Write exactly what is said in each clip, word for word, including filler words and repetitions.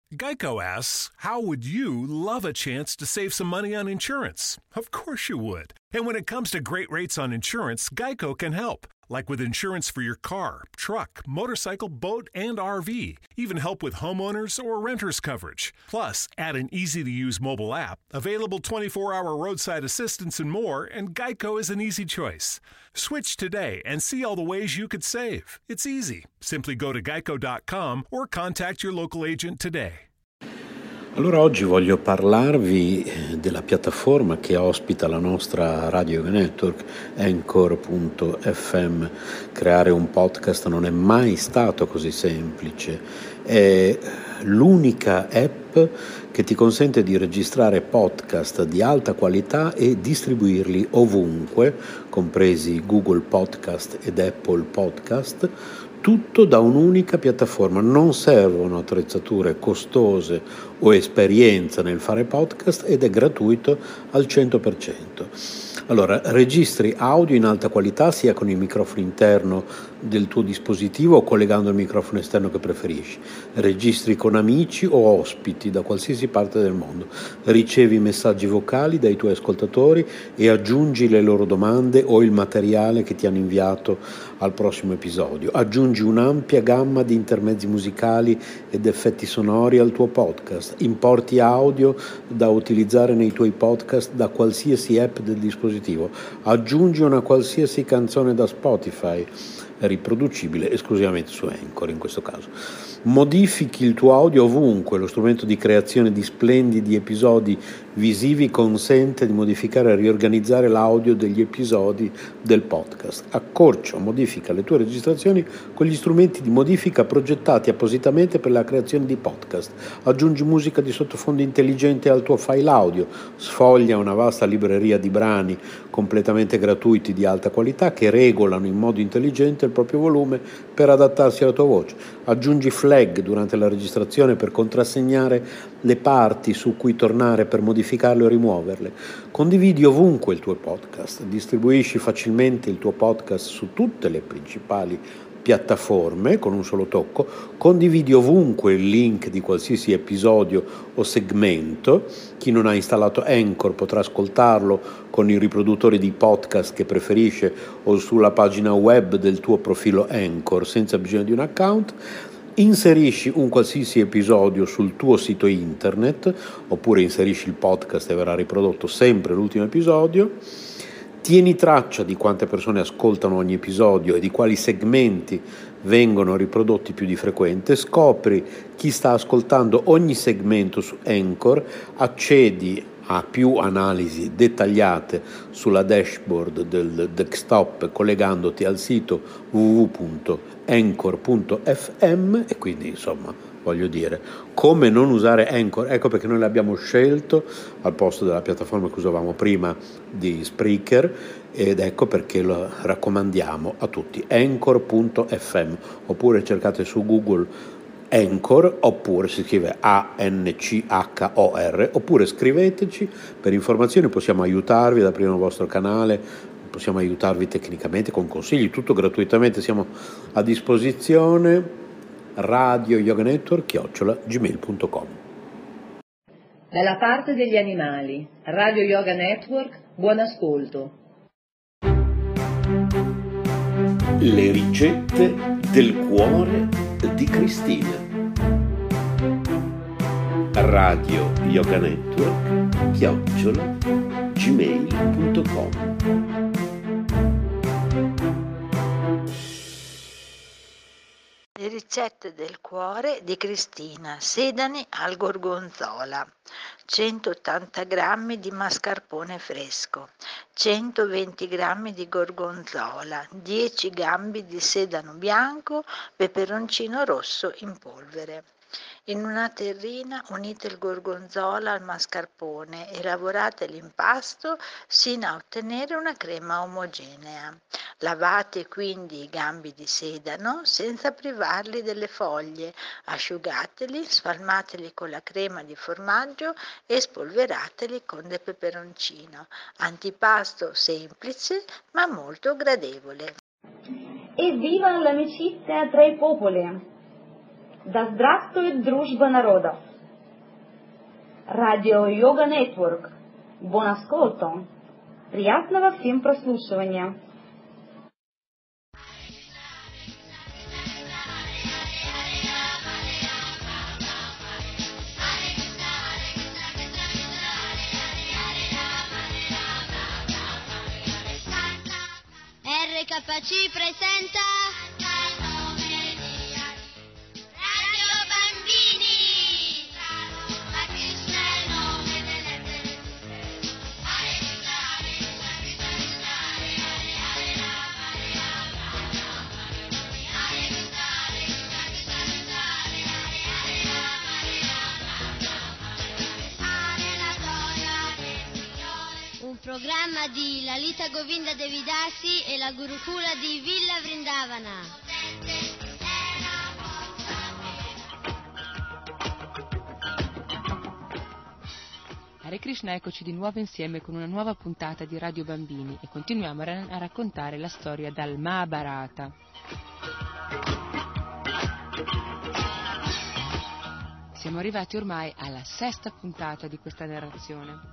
Geico asks, how would you love a chance to save some money on insurance? Of course you would. And when it comes to great rates on insurance, Geico can help. Like with insurance for your car, truck, motorcycle, boat, and R V. Even help with homeowners or renters coverage. Plus, add an easy-to-use mobile app, available twenty-four hour roadside assistance and more, and Geico is an easy choice. Switch today and see all the ways you could save. It's easy. Simply go to geico dot com or contact your local agent today. Allora oggi voglio parlarvi della piattaforma che ospita la nostra Radio Network, Anchor punto effe emme. Creare un podcast non è mai stato così semplice. È l'unica app che ti consente di registrare podcast di alta qualità e distribuirli ovunque, compresi Google Podcast ed Apple Podcast, tutto da un'unica piattaforma. Non servono attrezzature costose o esperienza nel fare podcast ed è gratuito al cento per cento. Allora, registri audio in alta qualità sia con il microfono interno del tuo dispositivo o collegando il microfono esterno che preferisci. Registri con amici o ospiti da qualsiasi parte del mondo. Ricevi messaggi vocali dai tuoi ascoltatori e aggiungi le loro domande o il materiale che ti hanno inviato al prossimo episodio. Aggiungi un'ampia gamma di intermezzi musicali ed effetti sonori al tuo podcast. Importi audio da utilizzare nei tuoi podcast da qualsiasi app del dispositivo. Aggiungi una qualsiasi canzone da Spotify, riproducibile esclusivamente su Anchor in questo caso. Modifichi il tuo audio ovunque. Lo strumento di creazione di splendidi episodi visivi consente di modificare e riorganizzare l'audio degli episodi del podcast. Accorcia o modifica le tue registrazioni con gli strumenti di modifica progettati appositamente per la creazione di podcast. Aggiungi musica di sottofondo intelligente al tuo file audio. Sfoglia una vasta libreria di brani completamente gratuiti di alta qualità che regolano in modo intelligente il proprio volume per adattarsi alla tua voce. Aggiungi flag durante la registrazione per contrassegnare le parti su cui tornare per modificarle o rimuoverle. Condividi ovunque il tuo podcast. Distribuisci facilmente il tuo podcast su tutte le principali piattaforme con un solo tocco. Condividi ovunque il link di qualsiasi episodio o segmento. Chi non ha installato Anchor potrà ascoltarlo con i riproduttori di podcast che preferisce o sulla pagina web del tuo profilo Anchor senza bisogno di un account. Inserisci un qualsiasi episodio sul tuo sito internet oppure inserisci il podcast e verrà riprodotto sempre l'ultimo episodio. Tieni traccia di quante persone ascoltano ogni episodio e di quali segmenti vengono riprodotti più di frequente. Scopri chi sta ascoltando ogni segmento su Anchor, accedi a più analisi dettagliate sulla dashboard del desktop collegandoti al sito w w w punto anchor punto effe emme e quindi insomma voglio dire come non usare Anchor. Ecco perché noi l'abbiamo scelto al posto della piattaforma che usavamo prima di Spreaker ed ecco perché lo raccomandiamo a tutti. Anchor punto effe emme oppure cercate su Google Anchor oppure si scrive A N C H O R oppure scriveteci per informazioni, possiamo aiutarvi ad aprire un vostro canale, possiamo aiutarvi tecnicamente con consigli, tutto gratuitamente, siamo a disposizione. Radio Yoga Network chiocciola gmail punto com. Dalla parte degli animali, Radio Yoga Network, buon ascolto. Le ricette del cuore di Cristina. Radio Yoga Network chiocciola gmail punto com. Le ricette del cuore di Cristina. Sedani al gorgonzola, centottanta grammi di mascarpone fresco, centoventi grammi di gorgonzola, dieci gambi di sedano bianco, peperoncino rosso in polvere. In una terrina unite il gorgonzola al mascarpone e lavorate l'impasto sino a ottenere una crema omogenea. Lavate quindi i gambi di sedano senza privarli delle foglie, asciugateli, spalmateli con la crema di formaggio e spolverateli con del peperoncino. Antipasto semplice ma molto gradevole. Evviva l'amicizia tra i popoli! Да здравствует дружба народов! Radio Yoga Network. Buon ascolto. Приятного всем прослушивания. R K C presenta Radio Bambini. Krishna è il nome dell'essere supremo. Hare Krishna, Hare Krishna, Krishna Krishna, Hare Hare, Hare Rama, Hare Rama, Rama Hare Krishna, Hare Krishna, Krishna Krishna, Hare Hare, Hare Rama, Hare Rama, Rama la storia del Signore. Un programma di Lalita Govinda Devidasi e la Gurukula di Villa Vrindavana. Hare Krishna, eccoci di nuovo insieme con una nuova puntata di Radio Bambini e continuiamo a, ra- a raccontare la storia dal Mahabharata. Siamo arrivati ormai alla sesta puntata di questa narrazione.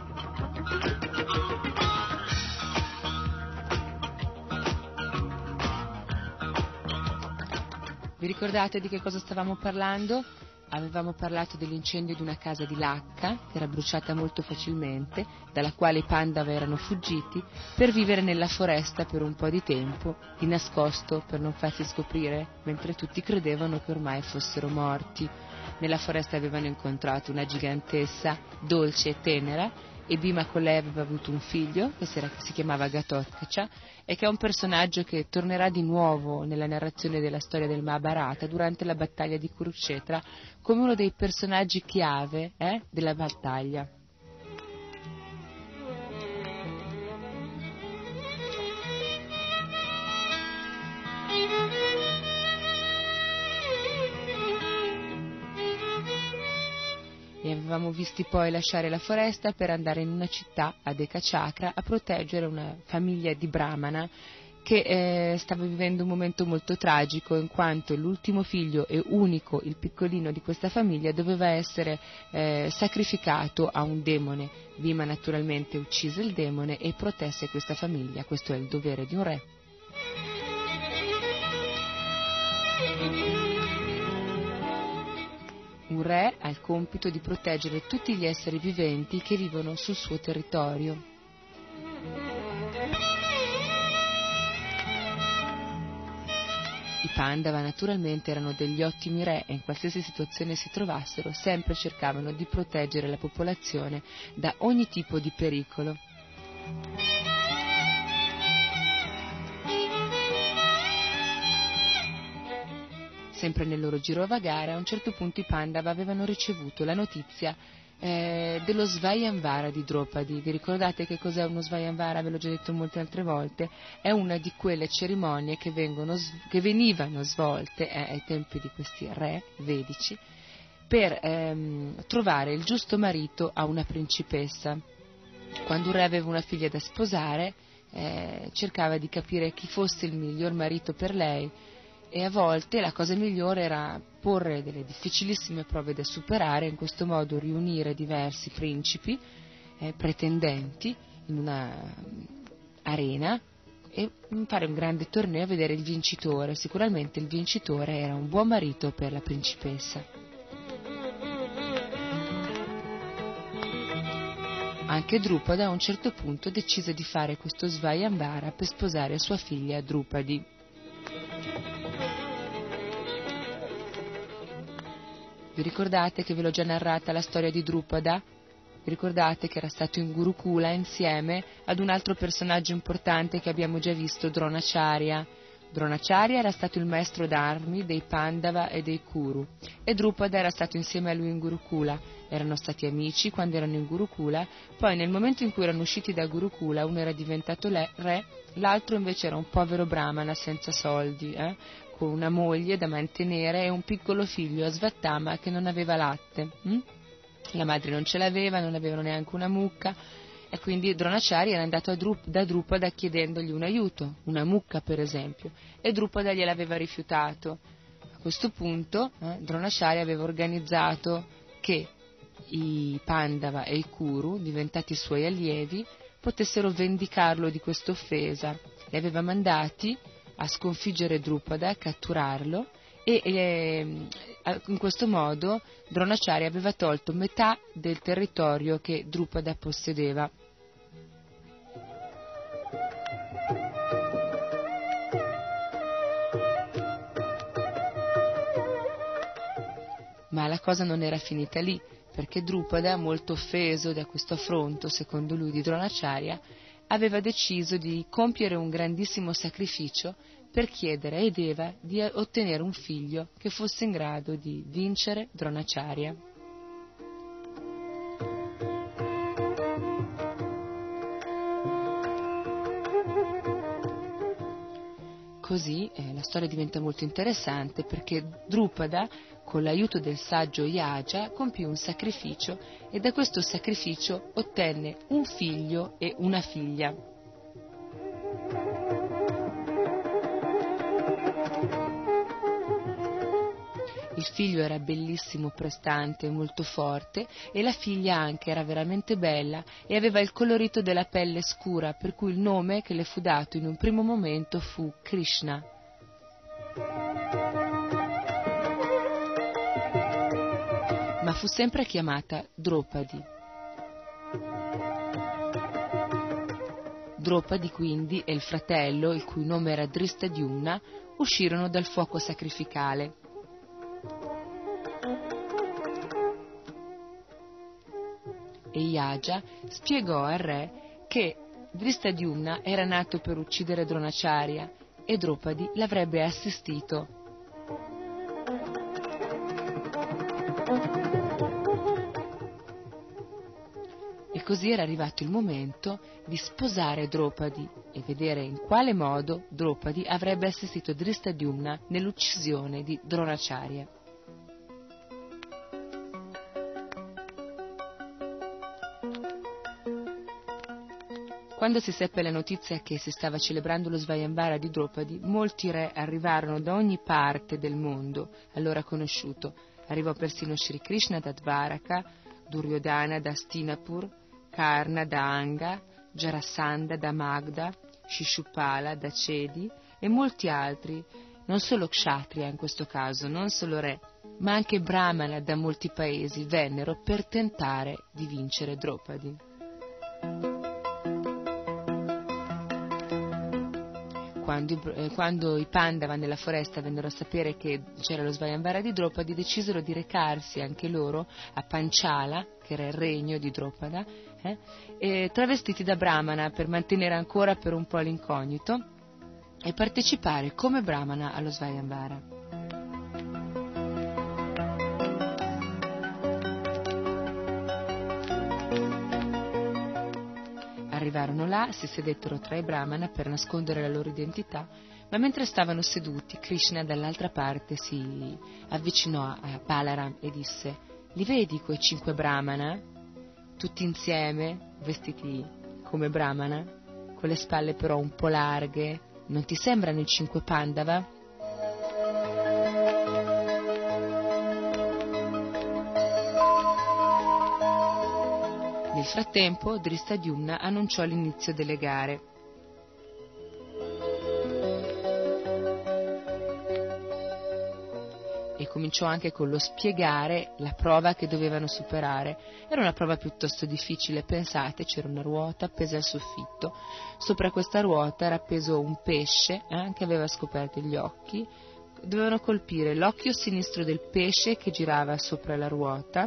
Vi ricordate di che cosa stavamo parlando? Avevamo parlato dell'incendio di una casa di Lacca, che era bruciata molto facilmente, dalla quale i Pandava erano fuggiti, per vivere nella foresta per un po' di tempo, di nascosto, per non farsi scoprire, mentre tutti credevano che ormai fossero morti. Nella foresta avevano incontrato una gigantessa, dolce e tenera, e Bhima con lei aveva avuto un figlio, che si chiamava Gatotkacha, e che è un personaggio che tornerà di nuovo nella narrazione della storia del Mahabharata durante la battaglia di Kurukshetra come uno dei personaggi chiave eh, della battaglia. E avevamo visti poi lasciare la foresta per andare in una città, ad Ekachakra, a proteggere una famiglia di Brahmana che eh, stava vivendo un momento molto tragico, in quanto l'ultimo figlio e unico, il piccolino di questa famiglia, doveva essere eh, sacrificato a un demone. Bhima naturalmente uccise il demone e protesse questa famiglia. Questo è il dovere di un re. Un re ha il compito di proteggere tutti gli esseri viventi che vivono sul suo territorio. I Pandava naturalmente erano degli ottimi re e in qualsiasi situazione si trovassero sempre cercavano di proteggere la popolazione da ogni tipo di pericolo. Sempre nel loro girovagare, a un certo punto i Pandava avevano ricevuto la notizia eh, dello Svayamvara di Draupadi. Vi ricordate che cos'è uno Svayamvara? Ve l'ho già detto molte altre volte. È una di quelle cerimonie che, vengono, che venivano svolte eh, ai tempi di questi re vedici per ehm, trovare il giusto marito a una principessa. Quando un re aveva una figlia da sposare, eh, cercava di capire chi fosse il miglior marito per lei. E a volte la cosa migliore era porre delle difficilissime prove da superare, in questo modo riunire diversi principi, eh, pretendenti, in una arena e fare un grande torneo a vedere il vincitore. Sicuramente il vincitore era un buon marito per la principessa. Anche Drupada a un certo punto decise di fare questo Svayamvara per sposare sua figlia Drupadi. Vi ricordate che ve l'ho già narrata la storia di Drupada? Vi ricordate che era stato in Gurukula insieme ad un altro personaggio importante che abbiamo già visto, Dronacharya. Dronacharya era stato il maestro d'armi dei Pandava e dei Kuru e Drupada era stato insieme a lui in Gurukula. Erano stati amici quando erano in Gurukula, poi nel momento in cui erano usciti da Gurukula uno era diventato re, l'altro invece era un povero brahmana senza soldi, eh? con una moglie da mantenere e un piccolo figlio a Svattama che non aveva latte. Hm? La madre non ce l'aveva, non avevano neanche una mucca e quindi Dronacharya era andato a Drup, da Drupada chiedendogli un aiuto, una mucca per esempio, e Drupada gliel'aveva rifiutato. A questo punto eh, Dronacharya aveva organizzato che i Pandava e i Kuru, diventati suoi allievi, potessero vendicarlo di questa offesa. Li aveva mandati a sconfiggere Drupada, a catturarlo, e eh, in questo modo Dronacharya aveva tolto metà del territorio che Drupada possedeva. Ma la cosa non era finita lì, perché Drupada, molto offeso da questo affronto, secondo lui, di Dronacharya, aveva deciso di compiere un grandissimo sacrificio per chiedere a Deva di ottenere un figlio che fosse in grado di vincere Dronacharya. Così eh, la storia diventa molto interessante, perché Drupada, con l'aiuto del saggio Yaja, compì un sacrificio e da questo sacrificio ottenne un figlio e una figlia. Il figlio era bellissimo, prestante, molto forte, e la figlia anche era veramente bella e aveva il colorito della pelle scura, per cui il nome che le fu dato in un primo momento fu Krishna. Ma fu sempre chiamata Draupadi. Draupadi quindi e il fratello, il cui nome era Dristadyumna, uscirono dal fuoco sacrificale. E Yaja spiegò al re che Dristadyumna era nato per uccidere Dronacharya e Draupadi l'avrebbe assistito. E così era arrivato il momento di sposare Draupadi e vedere in quale modo Draupadi avrebbe assistito Dristadyumna nell'uccisione di Dronacharya. Quando si seppe la notizia che si stava celebrando lo Svayamvara di Draupadi, molti re arrivarono da ogni parte del mondo allora conosciuto. Arrivò persino Sri Krishna da Dvaraka, Duryodhana da Hastinapur, Karna da Anga, Jarasandha da Magda, Shishupala da Cedi e molti altri, non solo kshatriya in questo caso, non solo re, ma anche brahmana da molti paesi vennero per tentare di vincere Draupadi. Quando, eh, quando i Pandava nella foresta vennero a sapere che c'era lo Svayamvara di Draupadi, decisero di recarsi anche loro a Panchala, che era il regno di Drupada, eh, e travestiti da brahmana per mantenere ancora per un po' l'incognito e partecipare come brahmana allo Svayamvara. Arrivarono là, si sedettero tra i brahmana per nascondere la loro identità, ma mentre stavano seduti, Krishna dall'altra parte si avvicinò a Balaram e disse: «Li vedi quei cinque brahmana? Tutti insieme, vestiti come brahmana, con le spalle però un po' larghe, non ti sembrano i cinque Pandava?» Nel frattempo Dristadyumna annunciò l'inizio delle gare. E cominciò anche con lo spiegare la prova che dovevano superare. Era una prova piuttosto difficile, pensate, c'era una ruota appesa al soffitto, sopra questa ruota era appeso un pesce eh, che aveva scoperto gli occhi, dovevano colpire l'occhio sinistro del pesce che girava sopra la ruota,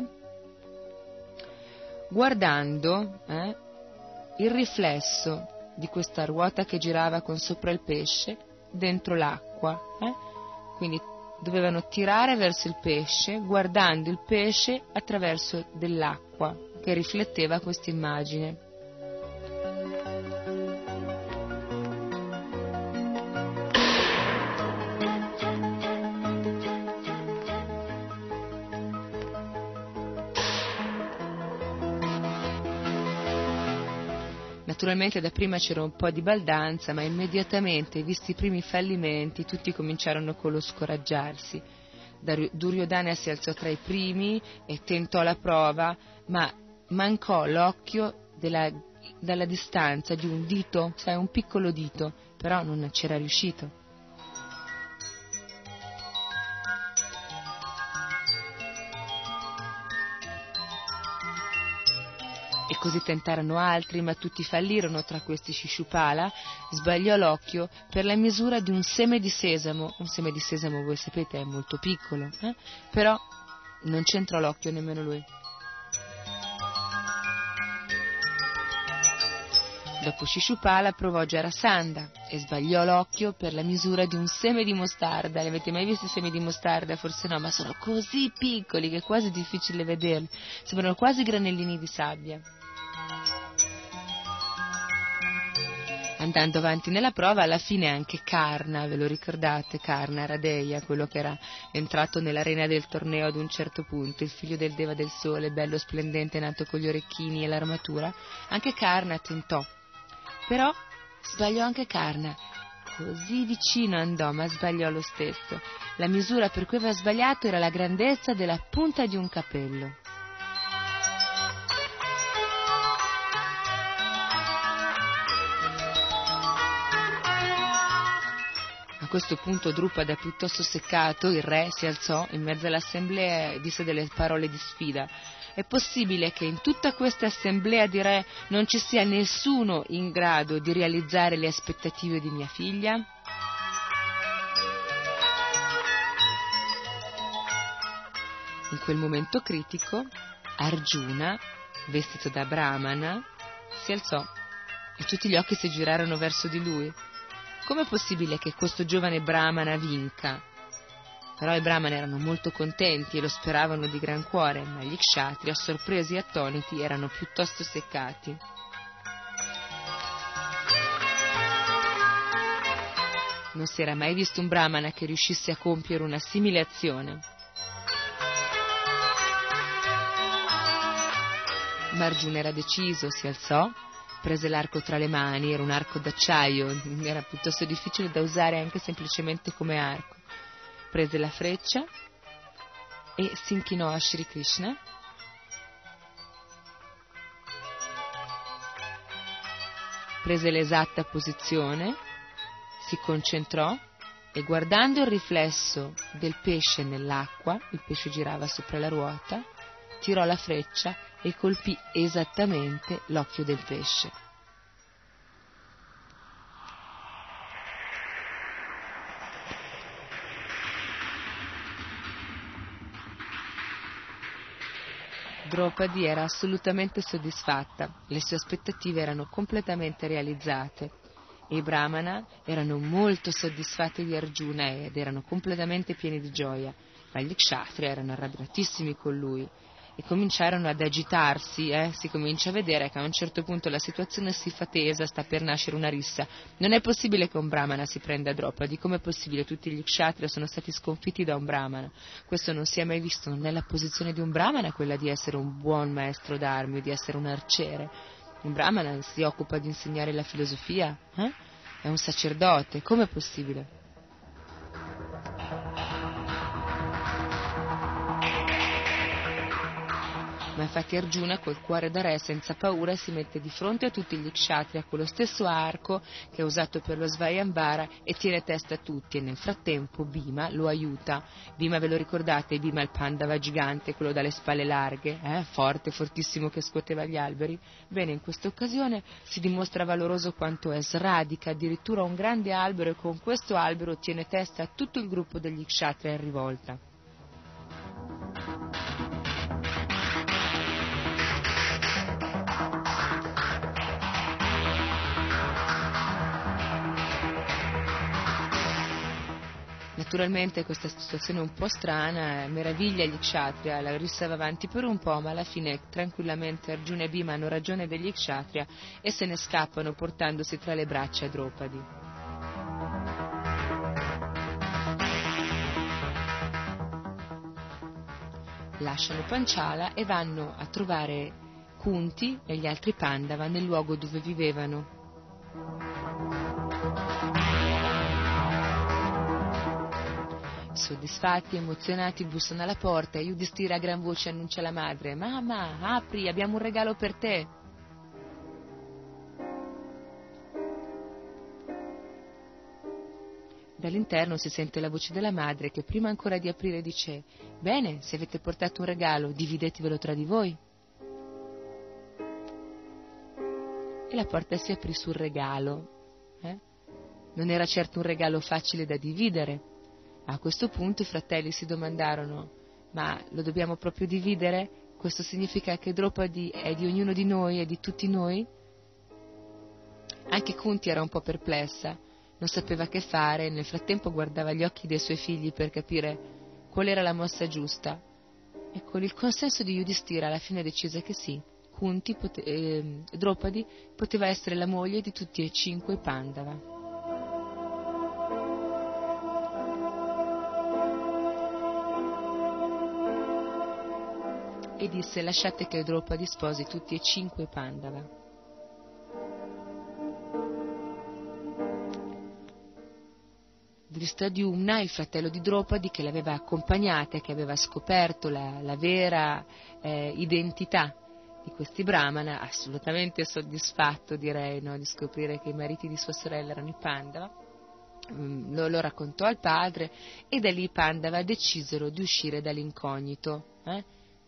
guardando eh, il riflesso di questa ruota che girava con sopra il pesce dentro l'acqua. Eh? Quindi dovevano tirare verso il pesce, guardando il pesce attraverso dell'acqua che rifletteva questa immagine. Naturalmente da prima c'era un po' di baldanza, ma immediatamente, visti i primi fallimenti, tutti cominciarono con lo scoraggiarsi. Duryodhana si alzò tra i primi e tentò la prova, ma mancò l'occhio della, dalla distanza di un dito, sai, un piccolo dito, però non c'era riuscito. E così tentarono altri, ma tutti fallirono. Tra questi Shishupala sbagliò l'occhio per la misura di un seme di sesamo. Un seme di sesamo, voi sapete, è molto piccolo, eh? Però non c'entrò l'occhio nemmeno lui. Dopo Shishupala provò Jarasandha e sbagliò l'occhio per la misura di un seme di mostarda. Li avete mai visti i semi di mostarda? Forse no, ma sono così piccoli che è quasi difficile vederli. Sembrano quasi granellini di sabbia. Andando avanti nella prova, alla fine anche Karna, ve lo ricordate? Karna Radeya, quello che era entrato nell'arena del torneo ad un certo punto, il figlio del Deva del Sole, bello splendente, nato con gli orecchini e l'armatura. Anche Karna tentò, però sbagliò anche Karna. Così vicino andò, ma sbagliò lo stesso. La misura per cui aveva sbagliato era la grandezza della punta di un capello. A questo punto Drupada, piuttosto seccato, il re, si alzò in mezzo all'assemblea e disse delle parole di sfida. È possibile che in tutta questa assemblea di re non ci sia nessuno in grado di realizzare le aspettative di mia figlia? In quel momento critico, Arjuna, vestito da Brahmana, si alzò e tutti gli occhi si girarono verso di lui. Com'è possibile che questo giovane Brahmana vinca? Però i Brahmana erano molto contenti e lo speravano di gran cuore, ma gli Kshatriya, sorpresi e attoniti, erano piuttosto seccati. Non si era mai visto un Brahmana che riuscisse a compiere una simile azione. Ma Arjuna era deciso, si alzò, prese l'arco tra le mani, era un arco d'acciaio, era piuttosto difficile da usare anche semplicemente come arco. Prese la freccia e si inchinò a Shri Krishna. Prese l'esatta posizione, si concentrò e guardando il riflesso del pesce nell'acqua, il pesce girava sopra la ruota, tirò la freccia e colpì esattamente l'occhio del pesce. Draupadi era assolutamente soddisfatta, le sue aspettative erano completamente realizzate e i Brahmana erano molto soddisfatti di Arjuna ed erano completamente pieni di gioia, ma gli Kshatriya erano arrabbiatissimi con lui e cominciarono ad agitarsi, eh? Si comincia a vedere che a un certo punto la situazione si fa tesa, sta per nascere una rissa. Non è possibile che un Brahmana si prenda Draupadi, com'è possibile? Tutti gli Kshatriya sono stati sconfitti da un Brahmana, questo non si è mai visto, non è la posizione di un Brahmana quella di essere un buon maestro d'armi o di essere un arciere. Un Brahmana si occupa di insegnare la filosofia, eh? È un sacerdote, com'è possibile? Ma infatti Arjuna, col cuore da re, senza paura, si mette di fronte a tutti gli Kshatriya con lo stesso arco che è usato per lo Svayamvara e tiene testa a tutti, e nel frattempo Bhima lo aiuta. Bhima, ve lo ricordate? Bhima il Pandava gigante, quello dalle spalle larghe, eh? forte, fortissimo, che scuoteva gli alberi. Bene, in questa occasione si dimostra valoroso quanto è, sradica addirittura un grande albero e con questo albero tiene testa a tutto il gruppo degli Kshatriya in rivolta. Naturalmente questa situazione un po' strana meraviglia gli Kshatriya, la rissa va avanti per un po', ma alla fine tranquillamente Arjuna e Bhima hanno ragione degli Kshatriya e se ne scappano portandosi tra le braccia Draupadi. Lasciano Panchala e vanno a trovare Kunti e gli altri Pandava nel luogo dove vivevano. Soddisfatti, emozionati, bussano alla porta e Yudhishthira a gran voce annuncia alla madre: «Mamma, apri, abbiamo un regalo per te!» Dall'interno si sente la voce della madre che prima ancora di aprire dice: «Bene, se avete portato un regalo, dividetevelo tra di voi». E la porta si aprì sul regalo. Eh? Non era certo un regalo facile da dividere. A questo punto i fratelli si domandarono: «Ma lo dobbiamo proprio dividere? Questo significa che Draupadi è di ognuno di noi, è di tutti noi?» Anche Kunti era un po' perplessa. Non sapeva che fare, nel frattempo guardava gli occhi dei suoi figli per capire qual era la mossa giusta. E con il consenso di Yudhishthira alla fine decise che sì, Kunti, pote- eh, Draupadi poteva essere la moglie di tutti e cinque i Pandava. E disse: «Lasciate che Draupadi sposi tutti e cinque i Pandava». Dhristadyumna, il fratello di Draupadi, che l'aveva accompagnata e che aveva scoperto la, la vera eh, identità di questi brahmana, assolutamente soddisfatto, direi, no, di scoprire che i mariti di sua sorella erano i Pandava, mm, lo, lo raccontò al padre e da lì i Pandava decisero di uscire dall'incognito. Eh?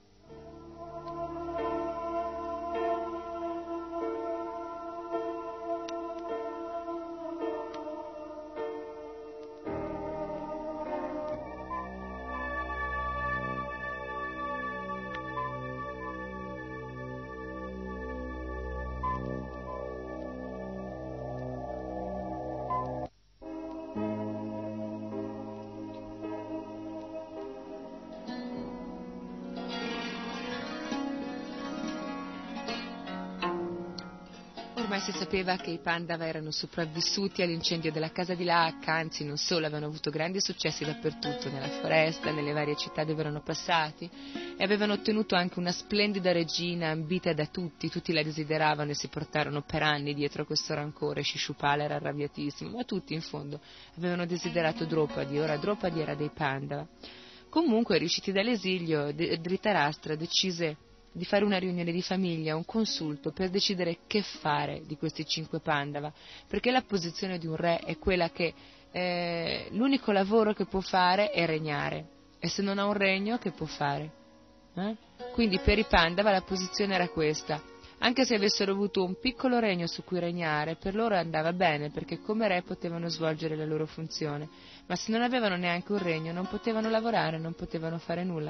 Ormai si sapeva che i Pandava erano sopravvissuti all'incendio della casa di Lakha, anzi non solo, avevano avuto grandi successi dappertutto, nella foresta, nelle varie città dove erano passati, e avevano ottenuto anche una splendida regina ambita da tutti, tutti la desideravano e si portarono per anni dietro questo rancore. Shishupala era arrabbiatissimo, ma tutti in fondo avevano desiderato Draupadi, ora Draupadi era dei Pandava. Comunque, riusciti dall'esilio, Dhritarashtra decise di fare una riunione di famiglia, un consulto per decidere che fare di questi cinque Pandava, perché la posizione di un re è quella che eh, l'unico lavoro che può fare è regnare, e se non ha un regno che può fare? Eh? Quindi per i Pandava la posizione era questa: anche se avessero avuto un piccolo regno su cui regnare, per loro andava bene, perché come re potevano svolgere la loro funzione, ma se non avevano neanche un regno non potevano lavorare, non potevano fare nulla.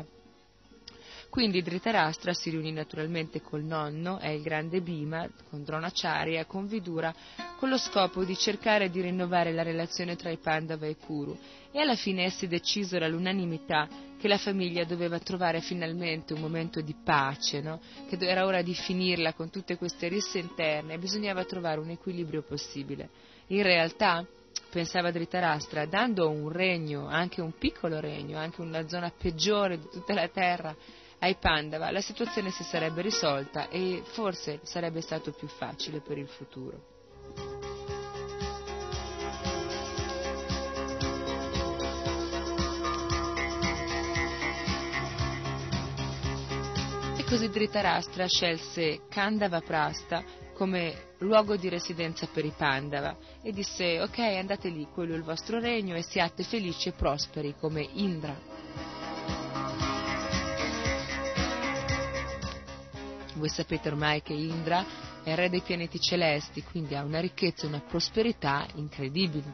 Quindi Dhritarashtra si riunì naturalmente col nonno e il grande Bhima, con Dronacharya, con Vidura, con lo scopo di cercare di rinnovare la relazione tra i Pandava e Kuru, e alla fine essi decisero all'unanimità che la famiglia doveva trovare finalmente un momento di pace, no? Che era ora di finirla con tutte queste risse interne e bisognava trovare un equilibrio possibile. In realtà, pensava Dhritarashtra, dando un regno, anche un piccolo regno, anche una zona peggiore di tutta la terra, ai Pandava, la situazione si sarebbe risolta e forse sarebbe stato più facile per il futuro. E così Dhritarashtra scelse Kandavaprastha come luogo di residenza per i Pandava e disse: ok, andate lì, quello è il vostro regno e siate felici e prosperi come Indra. Voi sapete ormai che Indra è re dei pianeti celesti, quindi ha una ricchezza e una prosperità incredibili.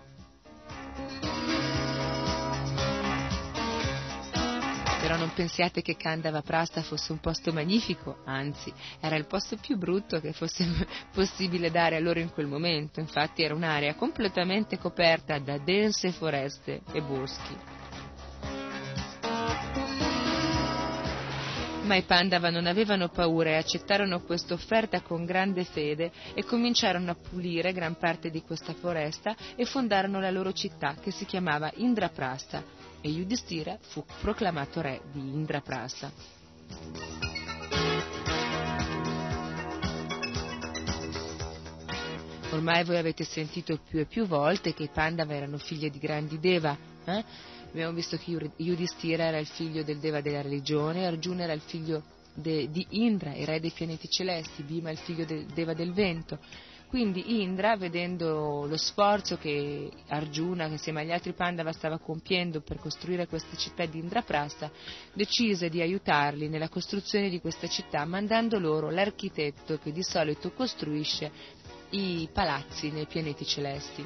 Però non pensiate che Kandavaprastha fosse un posto magnifico, anzi, era il posto più brutto che fosse possibile dare a loro in quel momento. Infatti era un'area completamente coperta da dense foreste e boschi. Ma i Pandava non avevano paura e accettarono questa offerta con grande fede e cominciarono a pulire gran parte di questa foresta e fondarono la loro città, che si chiamava Indraprastha, e Yudhishthira fu proclamato re di Indraprastha. Ormai voi avete sentito più e più volte che i Pandava erano figli di grandi deva, eh? Abbiamo visto che Yudhishthira era il figlio del Deva della religione, Arjuna era il figlio de, di Indra, il re dei pianeti celesti, Bhima il figlio del Deva del vento. Quindi Indra, vedendo lo sforzo che Arjuna, che insieme agli altri Pandava, stava compiendo per costruire questa città di Indraprastha, decise di aiutarli nella costruzione di questa città, mandando loro l'architetto che di solito costruisce i palazzi nei pianeti celesti.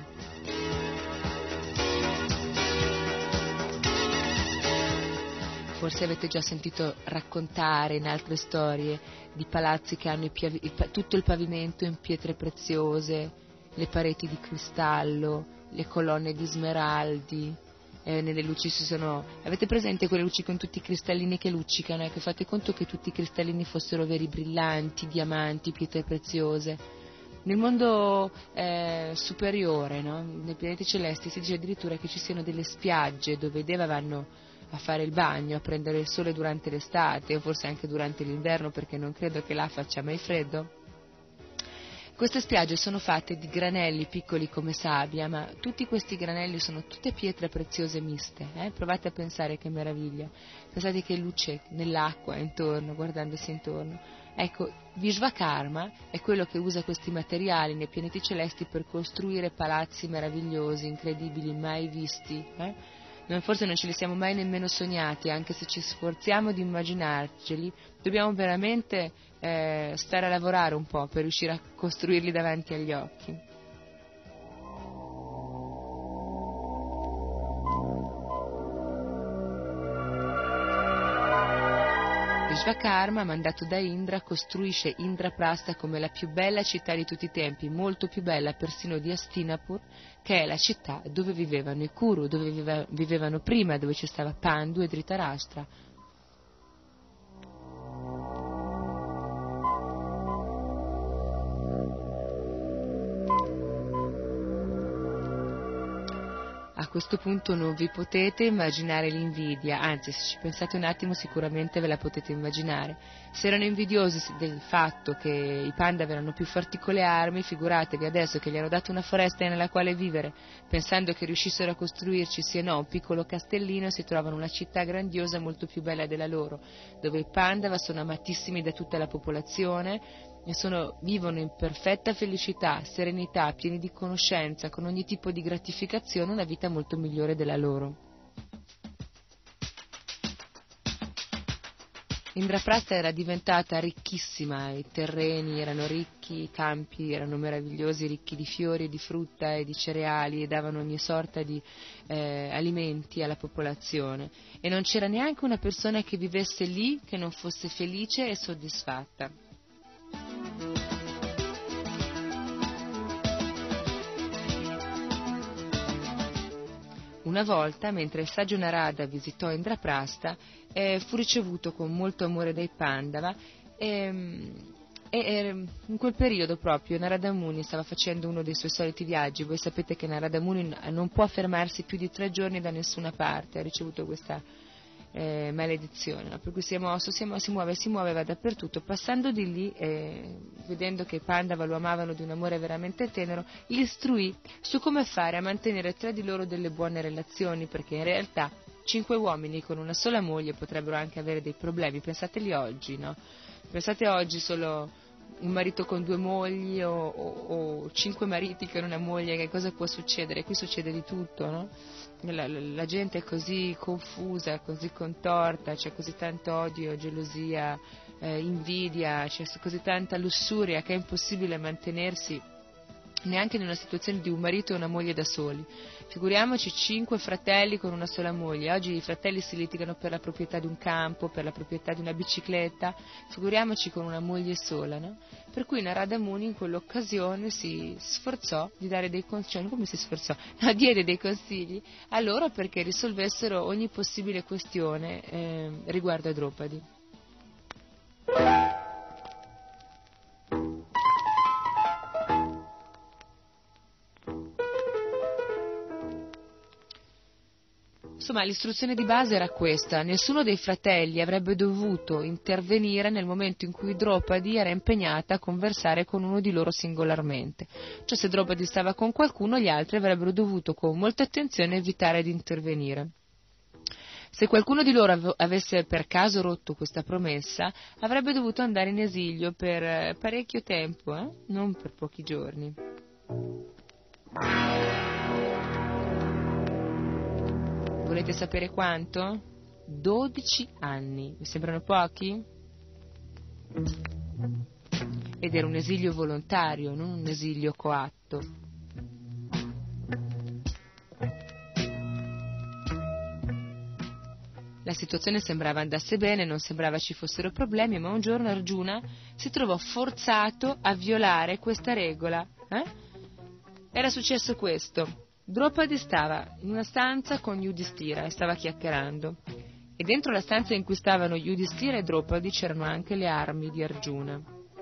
Forse avete già sentito raccontare in altre storie di palazzi che hanno i piavi, il, tutto il pavimento in pietre preziose, le pareti di cristallo, le colonne di smeraldi, eh, nelle luci ci sono... Avete presente quelle luci con tutti i cristallini che luccicano? Ecco, fate conto che tutti i cristallini fossero veri brillanti, diamanti, pietre preziose. Nel mondo eh, superiore, no? Nei pianeti celesti, si dice addirittura che ci siano delle spiagge dove i Deva vanno a fare il bagno, a prendere il sole durante l'estate o forse anche durante l'inverno, perché non credo che là faccia mai freddo. Queste spiagge sono fatte di granelli piccoli come sabbia, ma tutti questi granelli sono tutte pietre preziose miste. Eh? Provate a pensare che meraviglia. Pensate che luce nell'acqua intorno, guardandosi intorno. Ecco, Vishvakarma è quello che usa questi materiali nei pianeti celesti per costruire palazzi meravigliosi, incredibili, mai visti. Eh? Noi forse non ce li siamo mai nemmeno sognati, anche se ci sforziamo di immaginarceli, dobbiamo veramente eh, stare a lavorare un po' per riuscire a costruirli davanti agli occhi. Vishvakarma, mandato da Indra, costruisce Indraprastha come la più bella città di tutti i tempi, molto più bella persino di Hastinapur, che è la città dove vivevano i Kuru, dove viveva, vivevano prima, dove ci stava Pandu e Dhritarashtra. A questo punto non vi potete immaginare l'invidia, anzi, se ci pensate un attimo sicuramente ve la potete immaginare. Se erano invidiosi del fatto che i Pandava erano più forti con le armi, figuratevi adesso che gli hanno dato una foresta nella quale vivere, pensando che riuscissero a costruirci sì e no un piccolo castellino, si trovano una città grandiosa molto più bella della loro, dove i Pandava sono amatissimi da tutta la popolazione e sono, vivono in perfetta felicità, serenità, pieni di conoscenza, con ogni tipo di gratificazione, una vita molto migliore della loro. Indraprastha era diventata ricchissima, i terreni erano ricchi, i campi erano meravigliosi, ricchi di fiori, di frutta e di cereali, e davano ogni sorta di eh, alimenti alla popolazione, e non c'era neanche una persona che vivesse lì che non fosse felice e soddisfatta. Una volta, mentre il saggio Narada visitò Indraprastha, eh, fu ricevuto con molto amore dai Pandava e, e, e in quel periodo proprio Narada Muni stava facendo uno dei suoi soliti viaggi. Voi sapete che Narada Muni non può fermarsi più di tre giorni da nessuna parte, ha ricevuto questa eh, maledizione, no? Per cui si è mosso, si, è mosso, si muove, si muove, va dappertutto. Passando di lì, eh, vedendo che i Pandava lo amavano di un amore veramente tenero, li istruì su come fare a mantenere tra di loro delle buone relazioni, perché in realtà cinque uomini con una sola moglie potrebbero anche avere dei problemi. Pensateli oggi, no? Pensate oggi solo un marito con due mogli o, o, o cinque mariti con una moglie, che cosa può succedere? Qui succede di tutto, no? La, la, la gente è così confusa, così contorta, c'è così tanto odio, gelosia, eh, invidia, c'è così tanta lussuria che è impossibile mantenersi neanche in una situazione di un marito e una moglie da soli. Figuriamoci cinque fratelli con una sola moglie. Oggi i fratelli si litigano per la proprietà di un campo, per la proprietà di una bicicletta, figuriamoci con una moglie sola, no? Per cui Narada Muni in quell'occasione si sforzò di dare dei consigli, come si sforzò? No, diede dei consigli a loro perché risolvessero ogni possibile questione eh, riguardo a Draupadi. Insomma, l'istruzione di base era questa: nessuno dei fratelli avrebbe dovuto intervenire nel momento in cui Draupadi era impegnata a conversare con uno di loro singolarmente. Cioè, se Draupadi stava con qualcuno, gli altri avrebbero dovuto con molta attenzione evitare di intervenire. Se qualcuno di loro av- avesse per caso rotto questa promessa, avrebbe dovuto andare in esilio per eh, parecchio tempo, eh? Non per pochi giorni. Volete sapere quanto? dodici anni. Vi sembrano pochi? Ed era un esilio volontario, non un esilio coatto. La situazione sembrava andasse bene, non sembrava ci fossero problemi, ma un giorno Arjuna si trovò forzato a violare questa regola. Eh? Era successo questo. Draupadi stava in una stanza con Yudhishthira e stava chiacchierando. E dentro la stanza in cui stavano Yudhishthira e Draupadi c'erano anche le armi di Arjuna.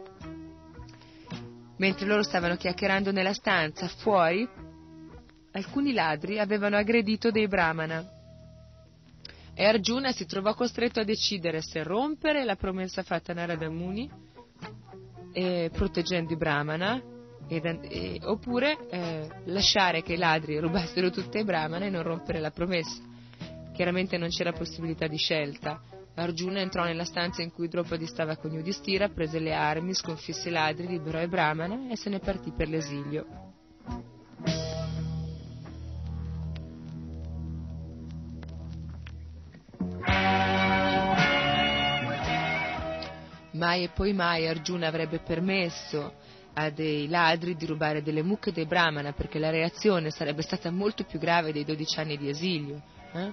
Mentre loro stavano chiacchierando nella stanza, fuori, alcuni ladri avevano aggredito dei brahmana. E Arjuna si trovò costretto a decidere se rompere la promessa fatta a Narada Muni, eh, proteggendo i brahmana, ed, eh, oppure eh, lasciare che i ladri rubassero tutte i brahmana e non rompere la promessa. Chiaramente non c'era possibilità di scelta. Arjuna entrò nella stanza in cui Draupadi stava con Yudhishthira, prese le armi, sconfisse i ladri, liberò i brahmana e se ne partì per l'esilio. Mai e poi mai Arjuna avrebbe permesso a dei ladri di rubare delle mucche dei brahmana, perché la reazione sarebbe stata molto più grave dei dodici anni di esilio. Eh?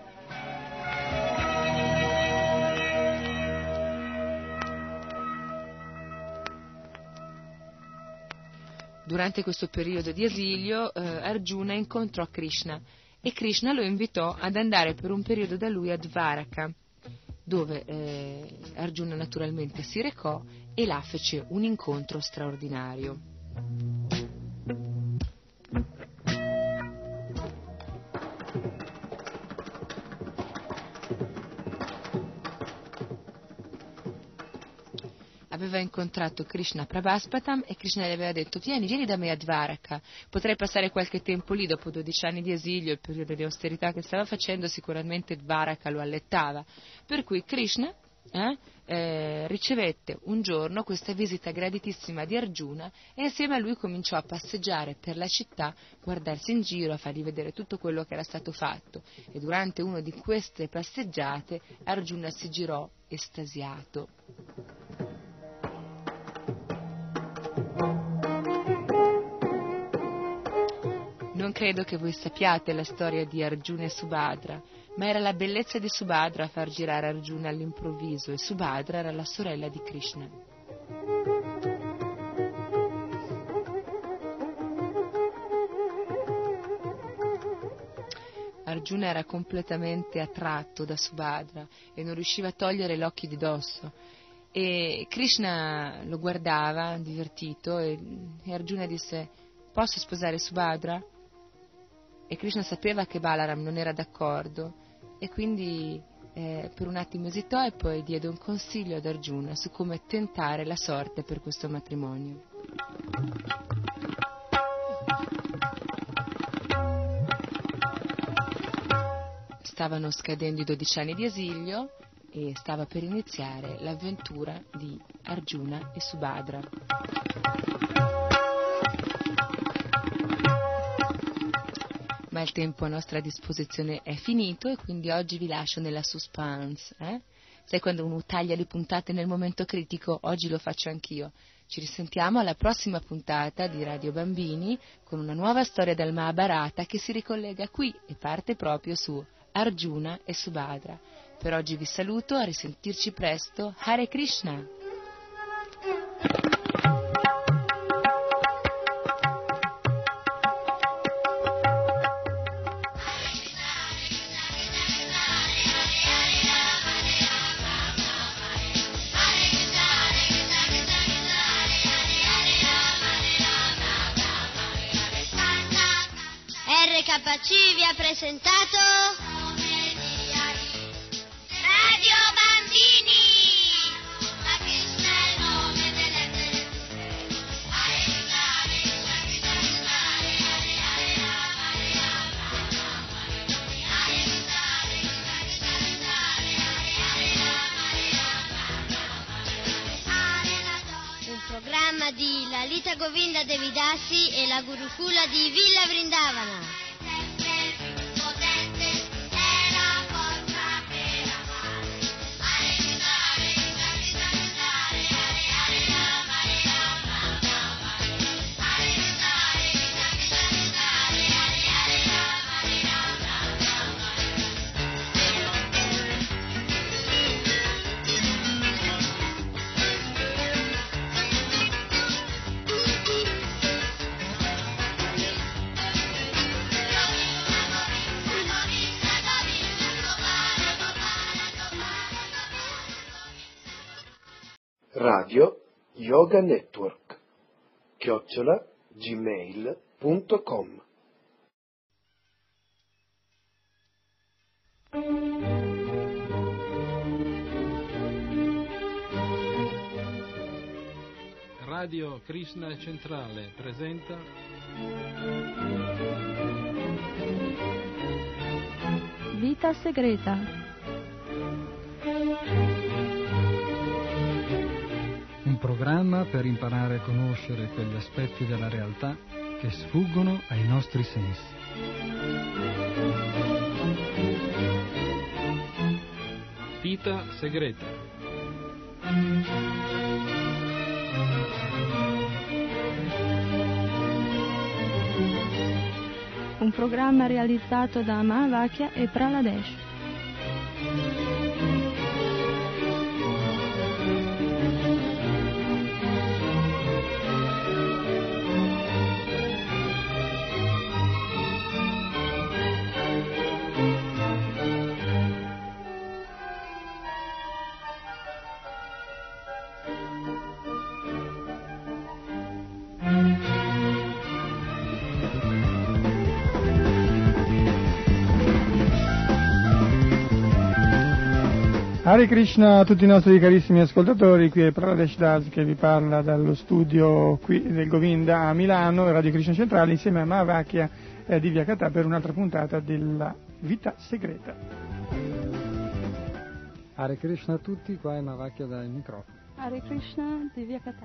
Durante questo periodo di esilio eh, Arjuna incontrò Krishna e Krishna lo invitò ad andare per un periodo da lui a Dvaraka, dove eh, Arjuna naturalmente si recò e là fece un incontro straordinario. Aveva incontrato Krishna a Prabhaspatam e Krishna gli aveva detto: vieni, vieni da me a Dvaraka, potrei passare qualche tempo lì. Dopo dodici anni di esilio, il periodo di austerità che stava facendo, sicuramente Dvaraka lo allettava, per cui Krishna eh, eh, ricevette un giorno questa visita graditissima di Arjuna e insieme a lui cominciò a passeggiare per la città, guardarsi in giro, a fargli vedere tutto quello che era stato fatto, e durante una di queste passeggiate Arjuna si girò estasiato. Non credo che voi sappiate la storia di Arjuna e Subhadra, ma era la bellezza di Subhadra a far girare Arjuna all'improvviso, e Subhadra era la sorella di Krishna. Arjuna era completamente attratto da Subhadra e non riusciva a togliere gli occhi di dosso. E Krishna lo guardava divertito e, e Arjuna disse: posso sposare Subhadra? E Krishna sapeva che Balaram non era d'accordo e quindi eh, per un attimo esitò e poi diede un consiglio ad Arjuna su come tentare la sorte per questo matrimonio. Stavano scadendo i dodici anni di esilio e stava per iniziare l'avventura di Arjuna e Subhadra. Ma il tempo a nostra disposizione è finito e quindi oggi vi lascio nella suspense. Eh? Sai quando uno taglia le puntate nel momento critico? Oggi lo faccio anch'io. Ci risentiamo alla prossima puntata di Radio Bambini con una nuova storia del Mahabharata che si ricollega qui e parte proprio su Arjuna e Subhadra. Per oggi vi saluto, a risentirci presto. Hare Krishna! R K C vi ha presentato Radio Bambini. mamma di Lalita Govinda Devidasi e la Gurukula di Villa Vrindavana. Radio Yoga Network chiocciola gmail punto com. Radio Krishna Centrale presenta Vita Segreta. Un programma per imparare a conoscere quegli aspetti della realtà che sfuggono ai nostri sensi. Vita Segreta. Un programma realizzato da Mahavakya e Praladesh. Hare Krishna a tutti i nostri carissimi ascoltatori, qui è Praladesh Das che vi parla dallo studio qui del Govinda a Milano, Radio Krishna Centrale, insieme a Mahavakya eh, di Via Catà per un'altra puntata della Vita Segreta. Hare Krishna a tutti, qua è Mahavakya dal microfono. Hare Krishna di Via Catà.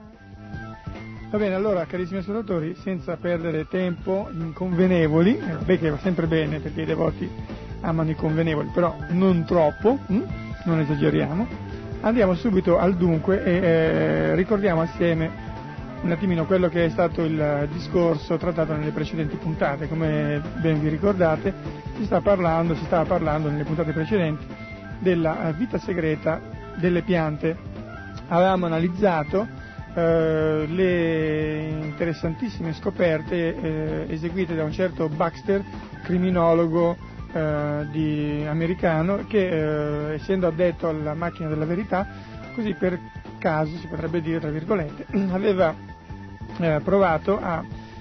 Va bene, allora carissimi ascoltatori, senza perdere tempo inconvenevoli, eh, beh che va sempre bene perché i devoti amano i convenevoli, però non troppo, hm? non esageriamo, andiamo subito al dunque e eh, ricordiamo assieme un attimino quello che è stato il discorso trattato nelle precedenti puntate. Come ben vi ricordate, si sta parlando, si stava parlando nelle puntate precedenti della vita segreta delle piante. Avevamo analizzato eh, le interessantissime scoperte eh, eseguite da un certo Baxter, criminologo Uh, di americano, che uh, essendo addetto alla macchina della verità, così per caso si potrebbe dire tra virgolette, aveva uh, provato a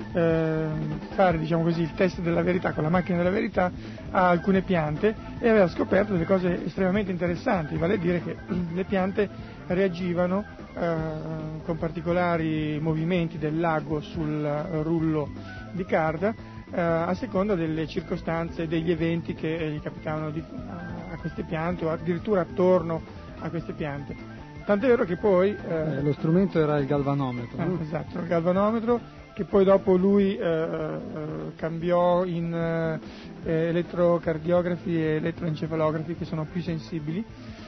uh, fare, diciamo così, il test della verità con la macchina della verità a alcune piante e aveva scoperto delle cose estremamente interessanti, vale a dire che le piante reagivano uh, con particolari movimenti del lago sul rullo di carta Uh, a seconda delle circostanze e degli eventi che eh, gli capitavano di, a, a queste piante o addirittura attorno a queste piante. Tant'è vero che poi... Uh, eh, lo strumento era il galvanometro. Ah, esatto, il galvanometro, che poi dopo lui uh, uh, cambiò in uh, elettrocardiografi e elettroencefalografi, che sono più sensibili,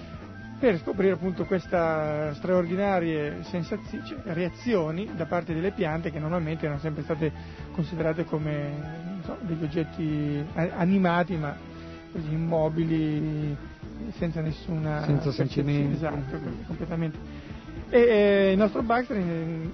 per scoprire appunto queste straordinarie sensazioni, cioè, reazioni da parte delle piante che normalmente erano sempre state considerate come, non so, degli oggetti animati ma così immobili, senza nessuna senza sentimenti. Esatto, completamente. E eh, il nostro Baxter, eh,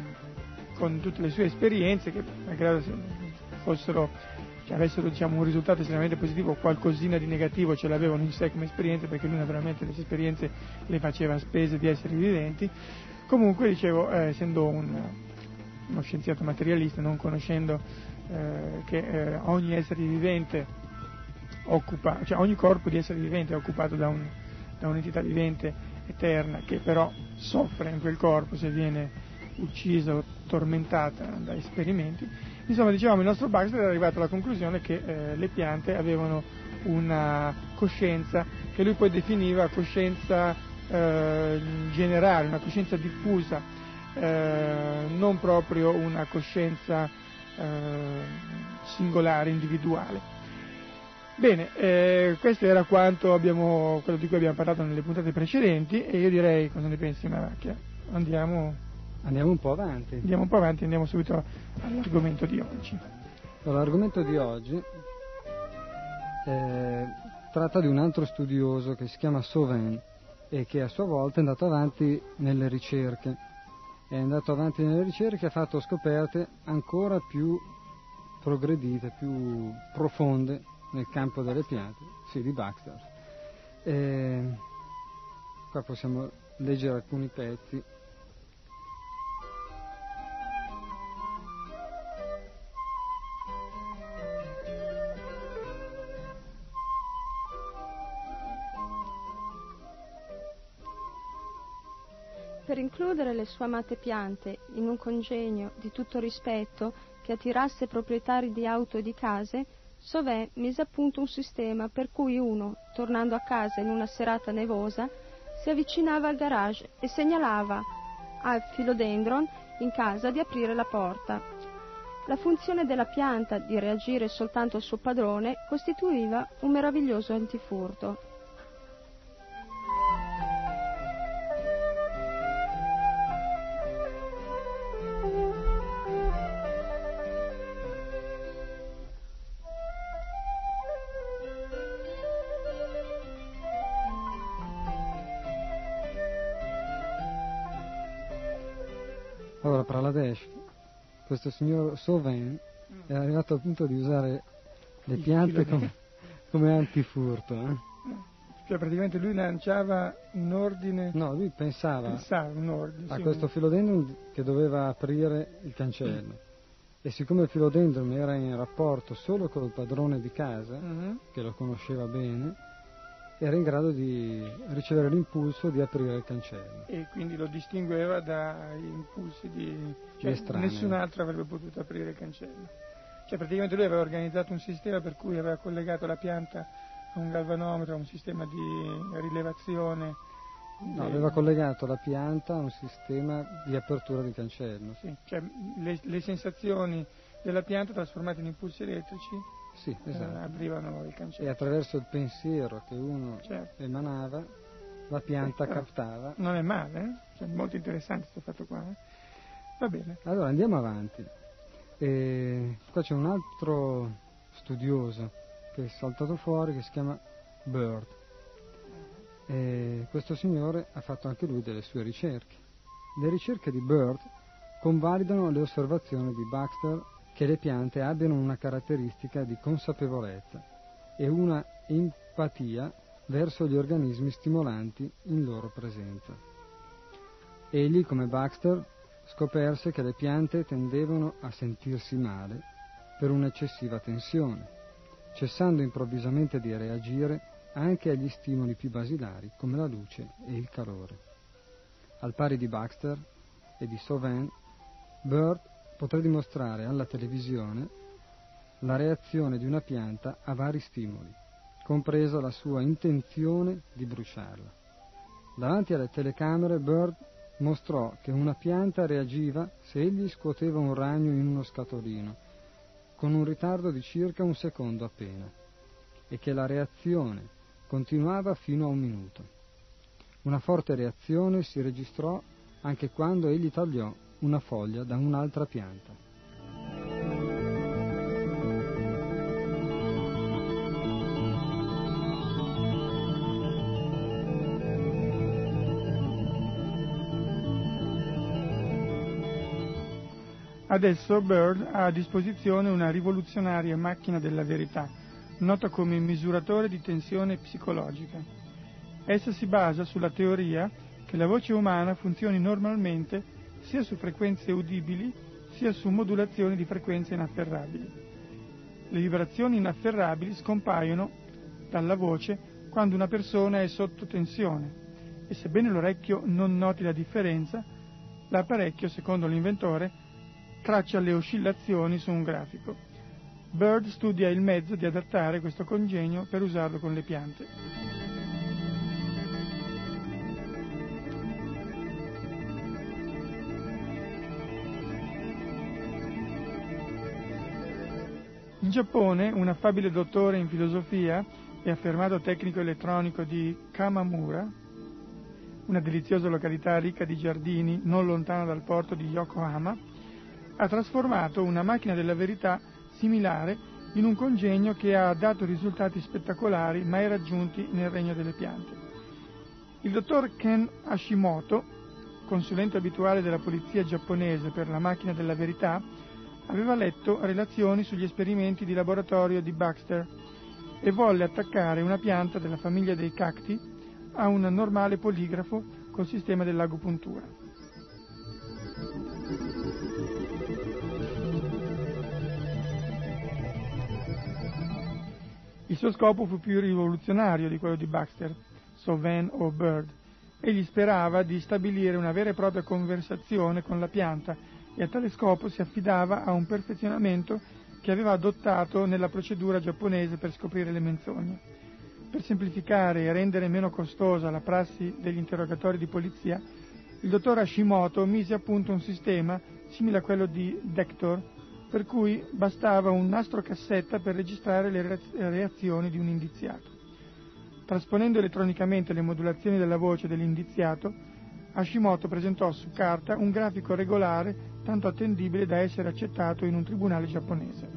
con tutte le sue esperienze, che malgrado fossero, cioè avessero, diciamo, un risultato estremamente positivo, qualcosina di negativo ce l'avevano in sé come esperienze, perché lui naturalmente le sue esperienze le faceva a spese di esseri viventi. Comunque, dicevo, eh, essendo un, uno scienziato materialista, non conoscendo eh, che eh, ogni essere vivente occupa, cioè ogni corpo di essere vivente è occupato da, un, da un'entità vivente eterna, che però soffre in quel corpo se viene uccisa o tormentata da esperimenti. Insomma, dicevamo, il nostro Baxter era arrivato alla conclusione che eh, le piante avevano una coscienza che lui poi definiva coscienza eh, generale, una coscienza diffusa, eh, non proprio una coscienza eh, singolare, individuale. Bene, eh, questo era quanto abbiamo, quello di cui abbiamo parlato nelle puntate precedenti, e io direi, cosa ne pensi Malavacchia? Andiamo, andiamo un po' avanti. Andiamo un po' avanti, andiamo subito all'argomento di oggi. Allora, l'argomento di oggi eh, tratta di un altro studioso che si chiama Sauvin e che a sua volta è andato avanti nelle ricerche. È andato avanti nelle ricerche e ha fatto scoperte ancora più progredite, più profonde nel campo delle piante, sì, di Baxter. E qua possiamo leggere alcuni pezzi. Per includere le sue amate piante in un congegno di tutto rispetto che attirasse proprietari di auto e di case, Sauvin mise a punto un sistema per cui uno, tornando a casa in una serata nevosa, si avvicinava al garage e segnalava al philodendron in casa di aprire la porta. La funzione della pianta di reagire soltanto al suo padrone costituiva un meraviglioso antifurto. Allora, Praladesh, questo signor Sauvin è arrivato al punto di usare le piante come, come antifurto. Eh? Cioè praticamente lui lanciava un ordine... No, lui pensava, pensava un ordine, a sì, questo un... philodendron che doveva aprire il cancello. Mm. E siccome il philodendron era in rapporto solo col padrone di casa, mm-hmm. che lo conosceva bene, era in grado di ricevere l'impulso di aprire il cancello. E quindi lo distingueva dai impulsi di... cioè nessun altro avrebbe potuto aprire il cancello. Cioè praticamente lui aveva organizzato un sistema per cui aveva collegato la pianta a un galvanometro, a un sistema di rilevazione. No, de... aveva collegato la pianta a un sistema di apertura di cancello. Sì, cioè le, le sensazioni della pianta trasformate in impulsi elettrici Sì, esatto. eh, aprivano il cancello. E attraverso il pensiero che uno certo. emanava, la pianta sì, captava. Non è male, eh? Cioè, molto interessante questo fatto qua. Eh? Va bene. Allora andiamo avanti. E qua c'è un altro studioso che è saltato fuori che si chiama Bird. E questo signore ha fatto anche lui delle sue ricerche. Le ricerche di Bird convalidano le osservazioni di Baxter che le piante abbiano una caratteristica di consapevolezza e una empatia verso gli organismi stimolanti in loro presenza. Egli, come Baxter, scoperse che le piante tendevano a sentirsi male per un'eccessiva tensione, cessando improvvisamente di reagire anche agli stimoli più basilari come la luce e il calore. Al pari di Baxter e di Sauvin, Bird potrà dimostrare alla televisione la reazione di una pianta a vari stimoli, compresa la sua intenzione di bruciarla. Davanti alle telecamere Bird mostrò che una pianta reagiva se egli scuoteva un ragno in uno scatolino, con un ritardo di circa un secondo appena, e che la reazione continuava fino a un minuto. Una forte reazione si registrò anche quando egli tagliò una foglia da un'altra pianta. Adesso Bird ha a disposizione una rivoluzionaria macchina della verità, nota come misuratore di tensione psicologica. Essa si basa sulla teoria che la voce umana funzioni normalmente sia su frequenze udibili sia su modulazioni di frequenze inafferrabili. Le vibrazioni inafferrabili scompaiono dalla voce quando una persona è sotto tensione e sebbene l'orecchio non noti la differenza, l'apparecchio, secondo l'inventore, traccia le oscillazioni su un grafico. Bird studia il mezzo di adattare questo congegno per usarlo con le piante. In Giappone, un affabile dottore in filosofia e affermato tecnico elettronico di Kamamura, una deliziosa località ricca di giardini non lontano dal porto di Yokohama, ha trasformato una macchina della verità similare in un congegno che ha dato risultati spettacolari mai raggiunti nel regno delle piante. Il dottor Ken Hashimoto, consulente abituale della polizia giapponese per la macchina della verità, aveva letto relazioni sugli esperimenti di laboratorio di Baxter e volle attaccare una pianta della famiglia dei cacti a un normale poligrafo col sistema dell'agopuntura. Il suo scopo fu più rivoluzionario di quello di Baxter, Sauvain o Bird. Egli sperava di stabilire una vera e propria conversazione con la pianta e a tale scopo si affidava a un perfezionamento che aveva adottato nella procedura giapponese per scoprire le menzogne. Per semplificare e rendere meno costosa la prassi degli interrogatori di polizia, il dottor Hashimoto mise a punto un sistema simile a quello di Dector, per cui bastava un nastro cassetta per registrare le reazioni di un indiziato. Trasponendo elettronicamente le modulazioni della voce dell'indiziato, Hashimoto presentò su carta un grafico regolare tanto attendibile da essere accettato in un tribunale giapponese.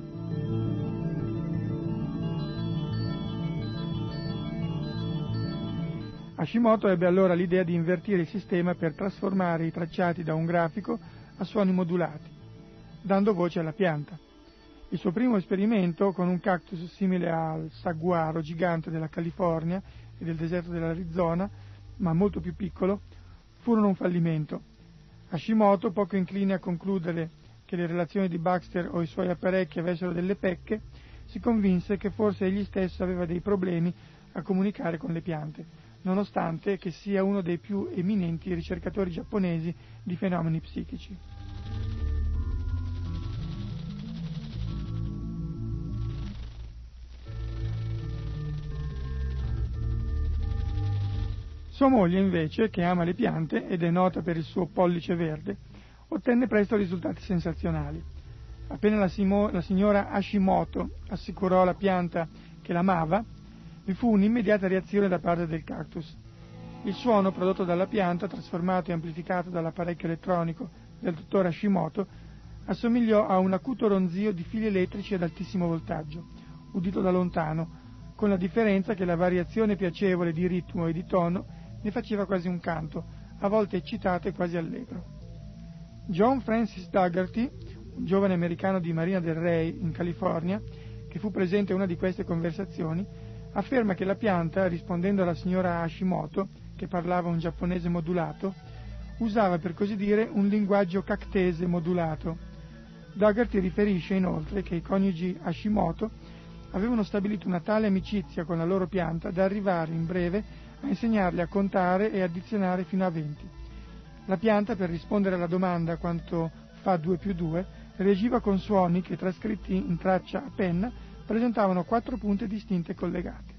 Hashimoto ebbe allora l'idea di invertire il sistema per trasformare i tracciati da un grafico a suoni modulati, dando voce alla pianta. Il suo primo esperimento, con un cactus simile al saguaro gigante della California e del deserto dell'Arizona, ma molto più piccolo, furono un fallimento. Hashimoto, poco incline a concludere che le relazioni di Baxter o i suoi apparecchi avessero delle pecche, si convinse che forse egli stesso aveva dei problemi a comunicare con le piante, nonostante che sia uno dei più eminenti ricercatori giapponesi di fenomeni psichici. Sua moglie, invece, che ama le piante ed è nota per il suo pollice verde, ottenne presto risultati sensazionali. Appena la, simo- la signora Hashimoto assicurò alla pianta che l'amava, vi fu un'immediata reazione da parte del cactus. Il suono prodotto dalla pianta, trasformato e amplificato dall'apparecchio elettronico del dottor Hashimoto, assomigliò a un acuto ronzio di fili elettrici ad altissimo voltaggio, udito da lontano, con la differenza che la variazione piacevole di ritmo e di tono ne faceva quasi un canto, a volte eccitato e quasi allegro. John Francis Dougherty, un giovane americano di Marina del Rey, in California, che fu presente a una di queste conversazioni, afferma che la pianta, rispondendo alla signora Hashimoto, che parlava un giapponese modulato, usava per così dire un linguaggio cactese modulato. Dougherty riferisce inoltre che i coniugi Hashimoto avevano stabilito una tale amicizia con la loro pianta da arrivare in breve a insegnarle a contare e addizionare fino a venti. La pianta, per rispondere alla domanda quanto fa due più due, reagiva con suoni che, trascritti in traccia a penna, presentavano quattro punte distinte e collegate.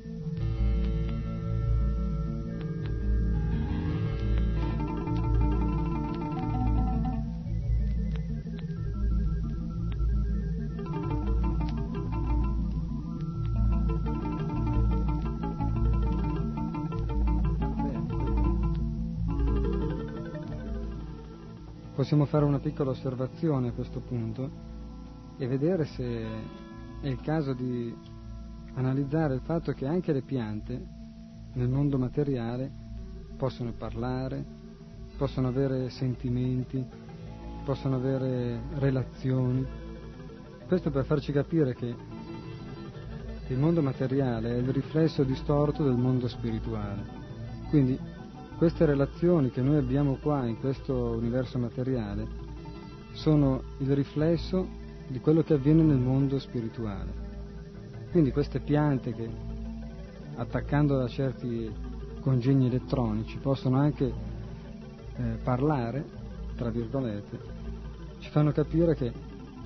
Possiamo fare una piccola osservazione a questo punto e vedere se è il caso di analizzare il fatto che anche le piante nel mondo materiale possono parlare, possono avere sentimenti, possono avere relazioni. Questo per farci capire che il mondo materiale è il riflesso distorto del mondo spirituale. Quindi queste relazioni che noi abbiamo qua in questo universo materiale sono il riflesso di quello che avviene nel mondo spirituale. Quindi queste piante che, attaccando a certi congegni elettronici, possono anche eh, parlare, tra virgolette, ci fanno capire che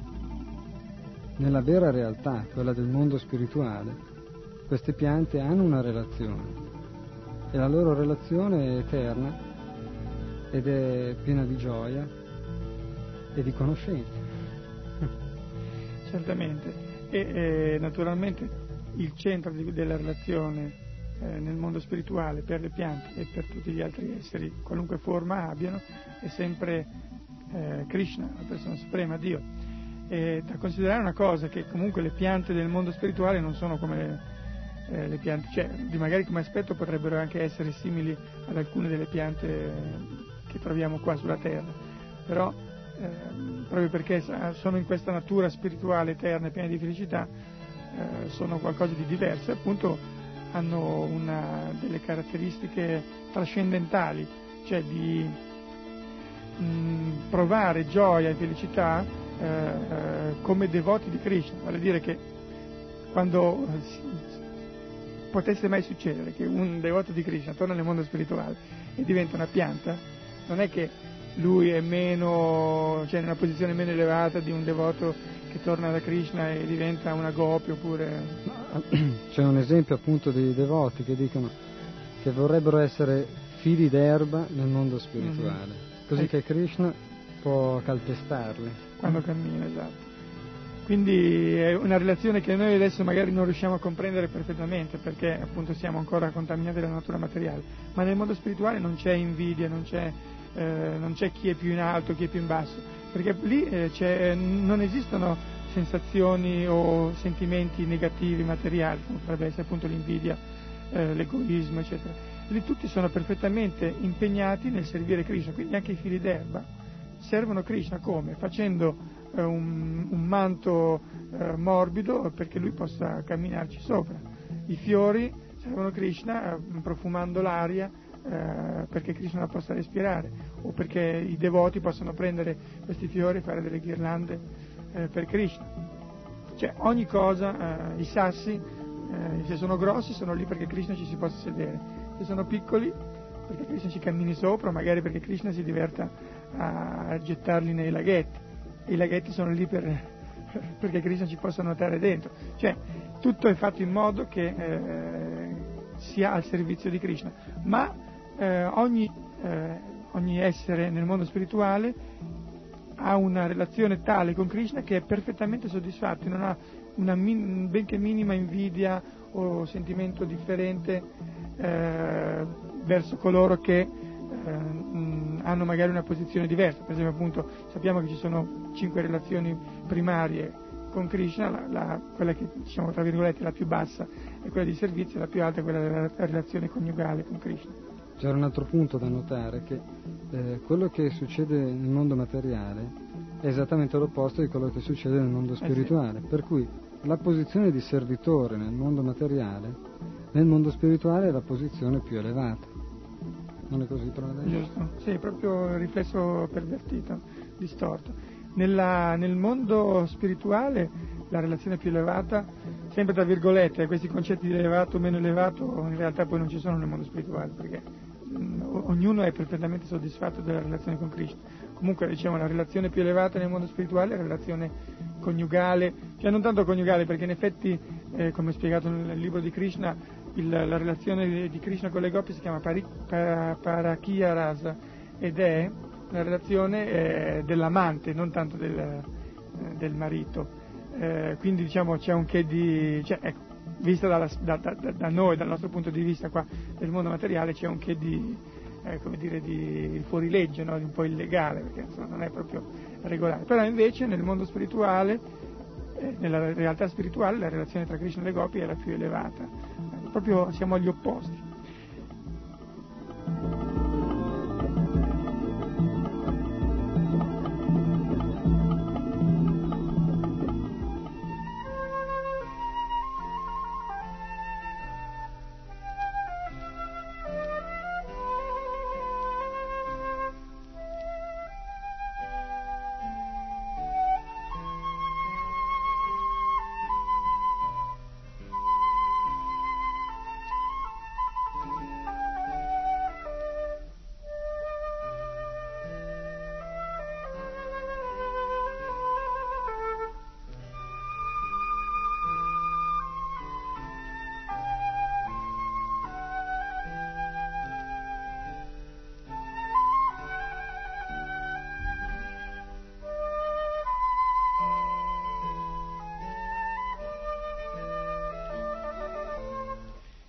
nella vera realtà, quella del mondo spirituale, queste piante hanno una relazione e la loro relazione è eterna ed è piena di gioia e di conoscenza. Certamente. e eh, naturalmente il centro di, della relazione eh, nel mondo spirituale per le piante e per tutti gli altri esseri, qualunque forma abbiano, è sempre eh, Krishna, la persona suprema, Dio. E da considerare una cosa, che comunque le piante del mondo spirituale non sono come le, eh, le piante, cioè di magari come aspetto potrebbero anche essere simili ad alcune delle piante che troviamo qua sulla terra, però eh, proprio perché sono in questa natura spirituale eterna e piena di felicità, eh, sono qualcosa di diverso e appunto hanno una, delle caratteristiche trascendentali, cioè di mh, provare gioia e felicità eh, eh, come devoti di Krishna, vale a dire che quando eh, potesse mai succedere che un devoto di Krishna torna nel mondo spirituale e diventa una pianta, non è che lui è meno, cioè in una posizione meno elevata di un devoto che torna da Krishna e diventa una gopi oppure... C'è un esempio appunto di devoti che dicono che vorrebbero essere fili d'erba nel mondo spirituale, mm-hmm. così che Krishna può calpestarli. Quando cammina, esatto. Quindi è una relazione che noi adesso magari non riusciamo a comprendere perfettamente perché appunto siamo ancora contaminati dalla natura materiale, ma nel mondo spirituale non c'è invidia, non c'è, eh, non c'è chi è più in alto, chi è più in basso, perché lì eh, c'è, non esistono sensazioni o sentimenti negativi materiali, come potrebbe essere appunto l'invidia, eh, l'egoismo, eccetera. Lì tutti sono perfettamente impegnati nel servire Krishna, quindi anche i fili d'erba servono Krishna come? Facendo eh, un, un manto eh, morbido perché lui possa camminarci sopra. I fiori servono Krishna eh, profumando l'aria eh, perché Krishna la possa respirare, o perché i devoti possano prendere questi fiori e fare delle ghirlande eh, per Krishna. Cioè ogni cosa, eh, i sassi, eh, se sono grossi sono lì perché Krishna ci si possa sedere, se sono piccoli perché Krishna ci cammini sopra, o magari perché Krishna si diverta a gettarli nei laghetti, e i laghetti sono lì per, perché Krishna ci possa nuotare dentro. Cioè tutto è fatto in modo che eh, sia al servizio di Krishna, ma eh, ogni, eh, ogni essere nel mondo spirituale ha una relazione tale con Krishna che è perfettamente soddisfatto, non ha una min, benché minima invidia o sentimento differente eh, verso coloro che eh, mh, hanno magari una posizione diversa. Per esempio, appunto, sappiamo che ci sono cinque relazioni primarie con Krishna, la, la, quella che diciamo tra virgolette la più bassa è quella di servizio, la più alta è quella della relazione coniugale con Krishna. C'era un altro punto da notare, che eh, quello che succede nel mondo materiale è esattamente l'opposto di quello che succede nel mondo spirituale, eh sì. Per cui la posizione di servitore nel mondo materiale, nel mondo spirituale è la posizione più elevata. Non è così, però? Giusto, sì, proprio il riflesso pervertito, distorto. Nella, nel mondo spirituale la relazione più elevata, sempre tra virgolette, questi concetti di elevato o meno elevato in realtà poi non ci sono nel mondo spirituale, perché mh, ognuno è perfettamente soddisfatto della relazione con Krishna. Comunque diciamo la relazione più elevata nel mondo spirituale è la relazione coniugale, cioè non tanto coniugale, perché in effetti eh, come spiegato nel libro di Krishna, il, la relazione di Krishna con le gopi si chiama pari, para, Parakya Rasa, ed è la relazione eh, dell'amante, non tanto del, eh, del marito. Eh, quindi diciamo c'è un che di, cioè, ecco, vista dalla, da, da, da noi, dal nostro punto di vista qua del mondo materiale, c'è un che di, eh, come dire, di fuorilegge, no? Di un po' illegale, perché insomma, non è proprio regolare. Però invece nel mondo spirituale, eh, nella realtà spirituale, la relazione tra Krishna e le gopi è la più elevata. Eh, proprio siamo agli opposti.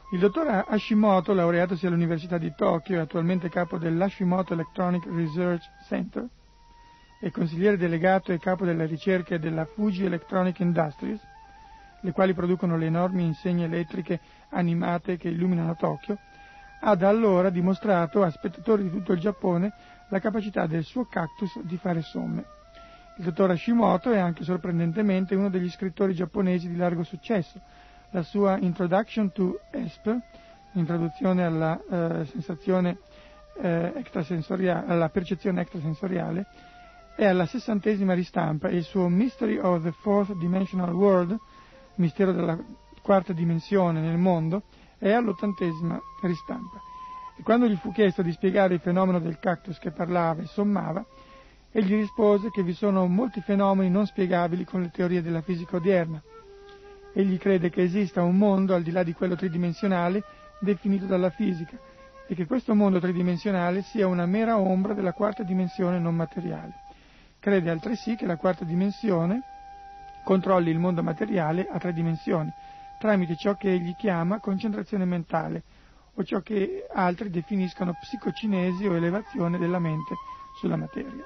Il dottor Hashimoto, laureatosi all'Università di Tokyo e attualmente capo dell'Hashimoto Electronic Research Center e consigliere delegato e capo delle ricerche della Fuji Electronic Industries, le quali producono le enormi insegne elettriche animate che illuminano Tokyo, ha da allora dimostrato a spettatori di tutto il Giappone la capacità del suo cactus di fare somme. Il dottor Hashimoto è anche sorprendentemente uno degli scrittori giapponesi di largo successo. La sua Introduction to E S P, introduzione alla eh, sensazione eh, extrasensoriale, alla percezione extrasensoriale, è alla sessantesima ristampa e il suo Mystery of the Fourth Dimensional World, mistero della quarta dimensione nel mondo, è all'ottantesima ristampa. E quando gli fu chiesto di spiegare il fenomeno del cactus che parlava e sommava, egli rispose che vi sono molti fenomeni non spiegabili con le teorie della fisica odierna. Egli crede che esista un mondo al di là di quello tridimensionale definito dalla fisica e che questo mondo tridimensionale sia una mera ombra della quarta dimensione non materiale. Crede altresì che la quarta dimensione controlli il mondo materiale a tre dimensioni, tramite ciò che egli chiama concentrazione mentale, o ciò che altri definiscono psicocinesi o elevazione della mente sulla materia.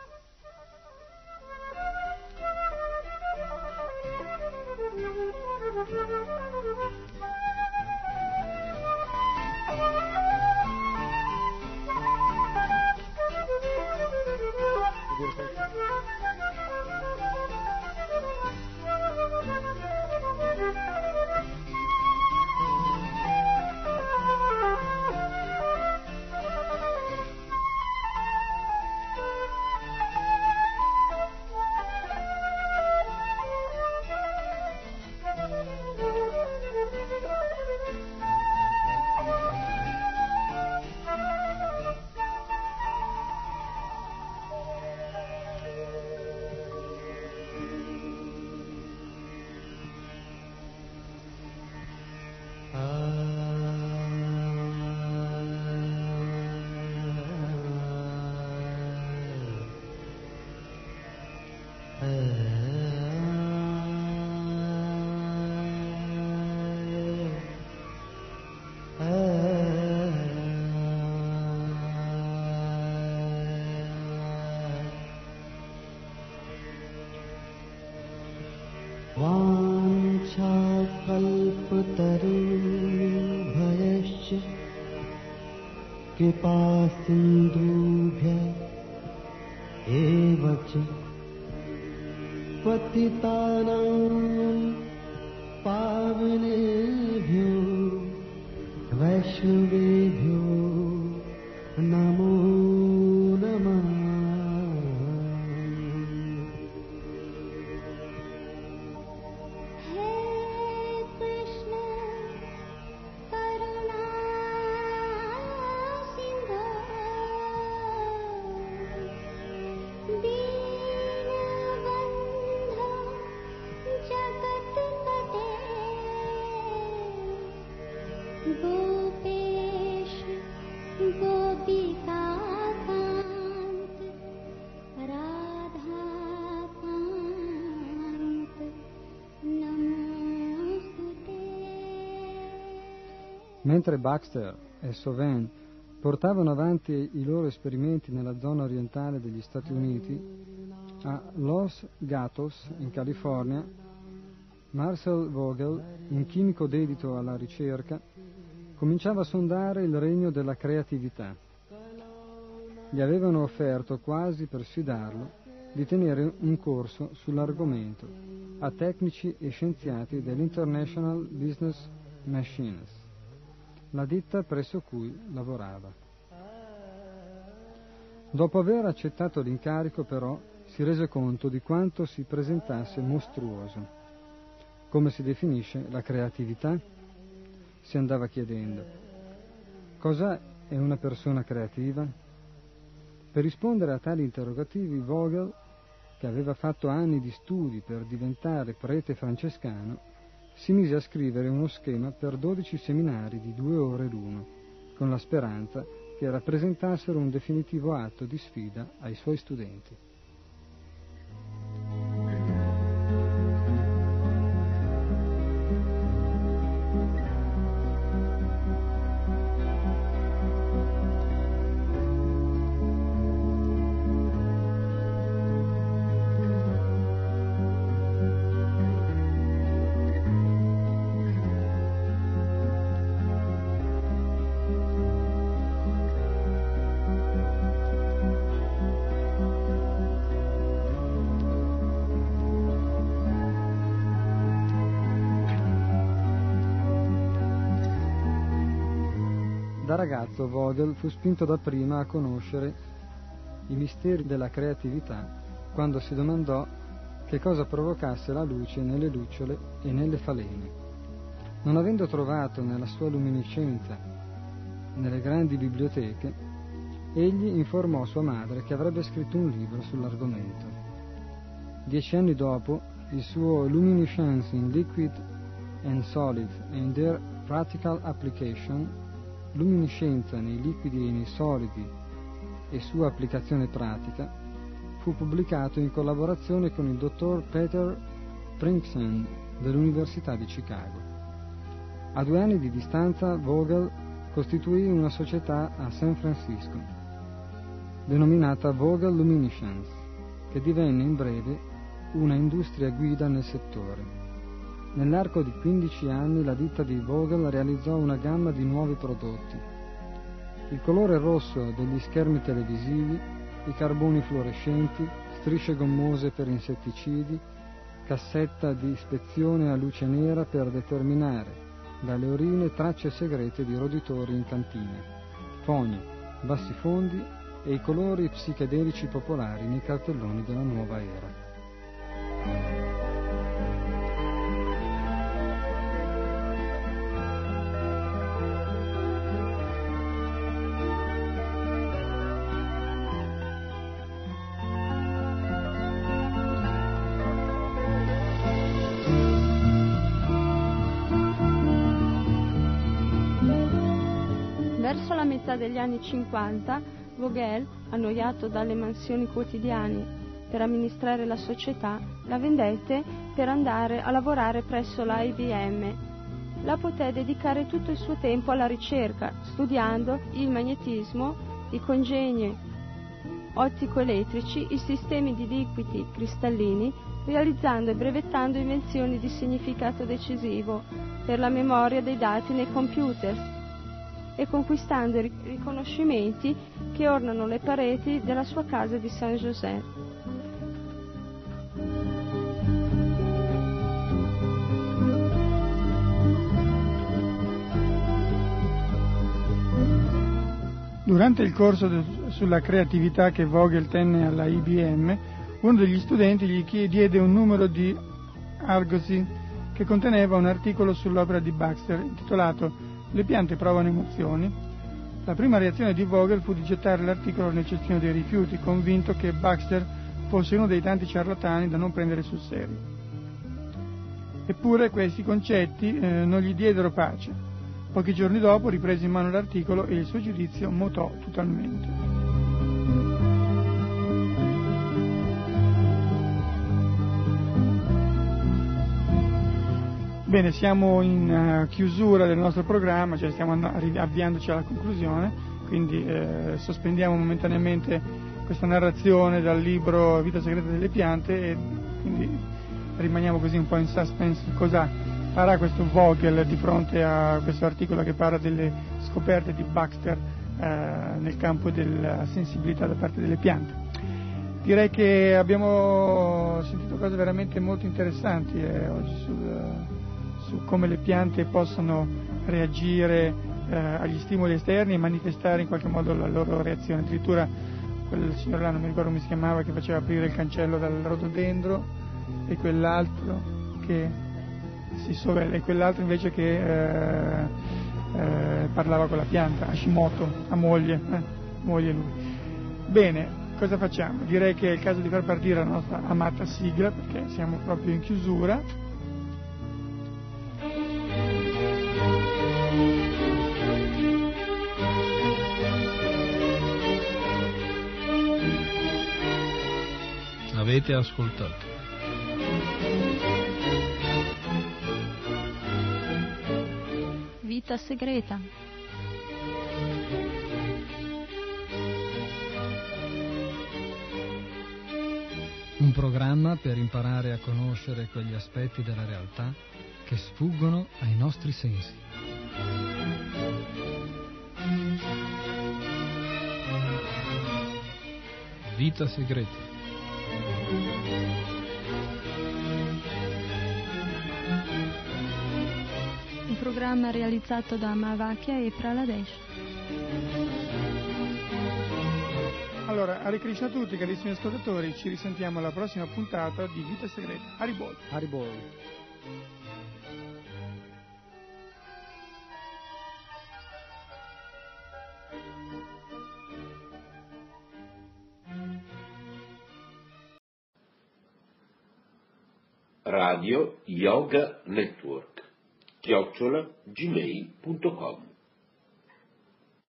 वाञ्छाकल्पतरुभयश्च कृपासिन्धुभ्य एव च पतितानां पावनेभ्यो वैष्णवेभ्यो नमो नमः। Mentre Baxter e Sauvin portavano avanti i loro esperimenti nella zona orientale degli Stati Uniti, a Los Gatos, in California, Marcel Vogel, un chimico dedito alla ricerca, cominciava a sondare il regno della creatività. Gli avevano offerto, quasi per sfidarlo, di tenere un corso sull'argomento a tecnici e scienziati dell'International Business Machines, la ditta presso cui lavorava. Dopo aver accettato l'incarico, però, si rese conto di quanto si presentasse mostruoso. Come si definisce la creatività? Si andava chiedendo. Cosa è una persona creativa? Per rispondere a tali interrogativi, Vogel, che aveva fatto anni di studi per diventare prete francescano, si mise a scrivere uno schema per dodici seminari di due ore l'uno, con la speranza che rappresentassero un definitivo atto di sfida ai suoi studenti. Da ragazzo Vogel fu spinto dapprima a conoscere i misteri della creatività quando si domandò che cosa provocasse la luce nelle lucciole e nelle falene. Non avendo trovato nella sua luminescenza nelle grandi biblioteche, egli informò sua madre che avrebbe scritto un libro sull'argomento. Dieci anni dopo, il suo Luminescence in Liquid and Solids and Their Practical Application, luminescenza nei liquidi e nei solidi e sua applicazione pratica, fu pubblicato in collaborazione con il dottor Peter Princeton dell'Università di Chicago. A due anni di distanza Vogel costituì una società a San Francisco, denominata Vogel Luminescence, che divenne in breve una industria guida nel settore. Nell'arco di quindici anni la ditta di Vogel realizzò una gamma di nuovi prodotti. Il colore rosso degli schermi televisivi, i carboni fluorescenti, strisce gommose per insetticidi, cassetta di ispezione a luce nera per determinare dalle urine tracce segrete di roditori in cantine, fogni, bassifondi e i colori psichedelici popolari nei cartelloni della nuova era. Verso la metà degli anni cinquanta, Vogel, annoiato dalle mansioni quotidiane per amministrare la società, la vendette per andare a lavorare presso la I B M. La poté dedicare tutto il suo tempo alla ricerca, studiando il magnetismo, i congegni ottico-elettrici, i sistemi di liquidi cristallini, realizzando e brevettando invenzioni di significato decisivo per la memoria dei dati nei computer e conquistando i riconoscimenti che ornano le pareti della sua casa di Saint-Joseph. Durante il corso de, sulla creatività che Vogel tenne alla I B M, uno degli studenti gli diede un numero di Argosy che conteneva un articolo sull'opera di Baxter intitolato "Le piante provano emozioni". La prima reazione di Vogel fu di gettare l'articolo nel cestino dei rifiuti, convinto che Baxter fosse uno dei tanti ciarlatani da non prendere sul serio. Eppure questi concetti eh, non gli diedero pace. Pochi giorni dopo riprese in mano l'articolo e il suo giudizio mutò totalmente. Bene, siamo in uh, chiusura del nostro programma, cioè stiamo and- avviandoci alla conclusione, quindi eh, sospendiamo momentaneamente questa narrazione dal libro Vita segreta delle piante e quindi rimaniamo così un po' in suspense cosa farà questo Vogel di fronte a questo articolo che parla delle scoperte di Baxter eh, nel campo della sensibilità da parte delle piante. Direi che abbiamo sentito cose veramente molto interessanti eh, oggi sul, su come le piante possono reagire eh, agli stimoli esterni e manifestare in qualche modo la loro reazione. Addirittura quel signor là, non mi ricordo come si chiamava, che faceva aprire il cancello dal rododendro, e quell'altro che si sovella, e quell'altro invece che eh, eh, parlava con la pianta, Hashimoto, a moglie, eh, moglie lui. Bene, cosa facciamo? Direi che è il caso di far partire la nostra amata sigla, perché siamo proprio in chiusura. Avete ascoltato Vita segreta. Un programma per imparare a conoscere quegli aspetti della realtà che sfuggono ai nostri sensi. Vita segreta. Un programma realizzato da Mahavakia e Praladesh. Allora, Hare Krishna a tutti, carissimi ascoltatori, ci risentiamo alla prossima puntata di Vita Segreta. Haribol. Haribol. Radio Yoga Network, chiocciola gmail punto com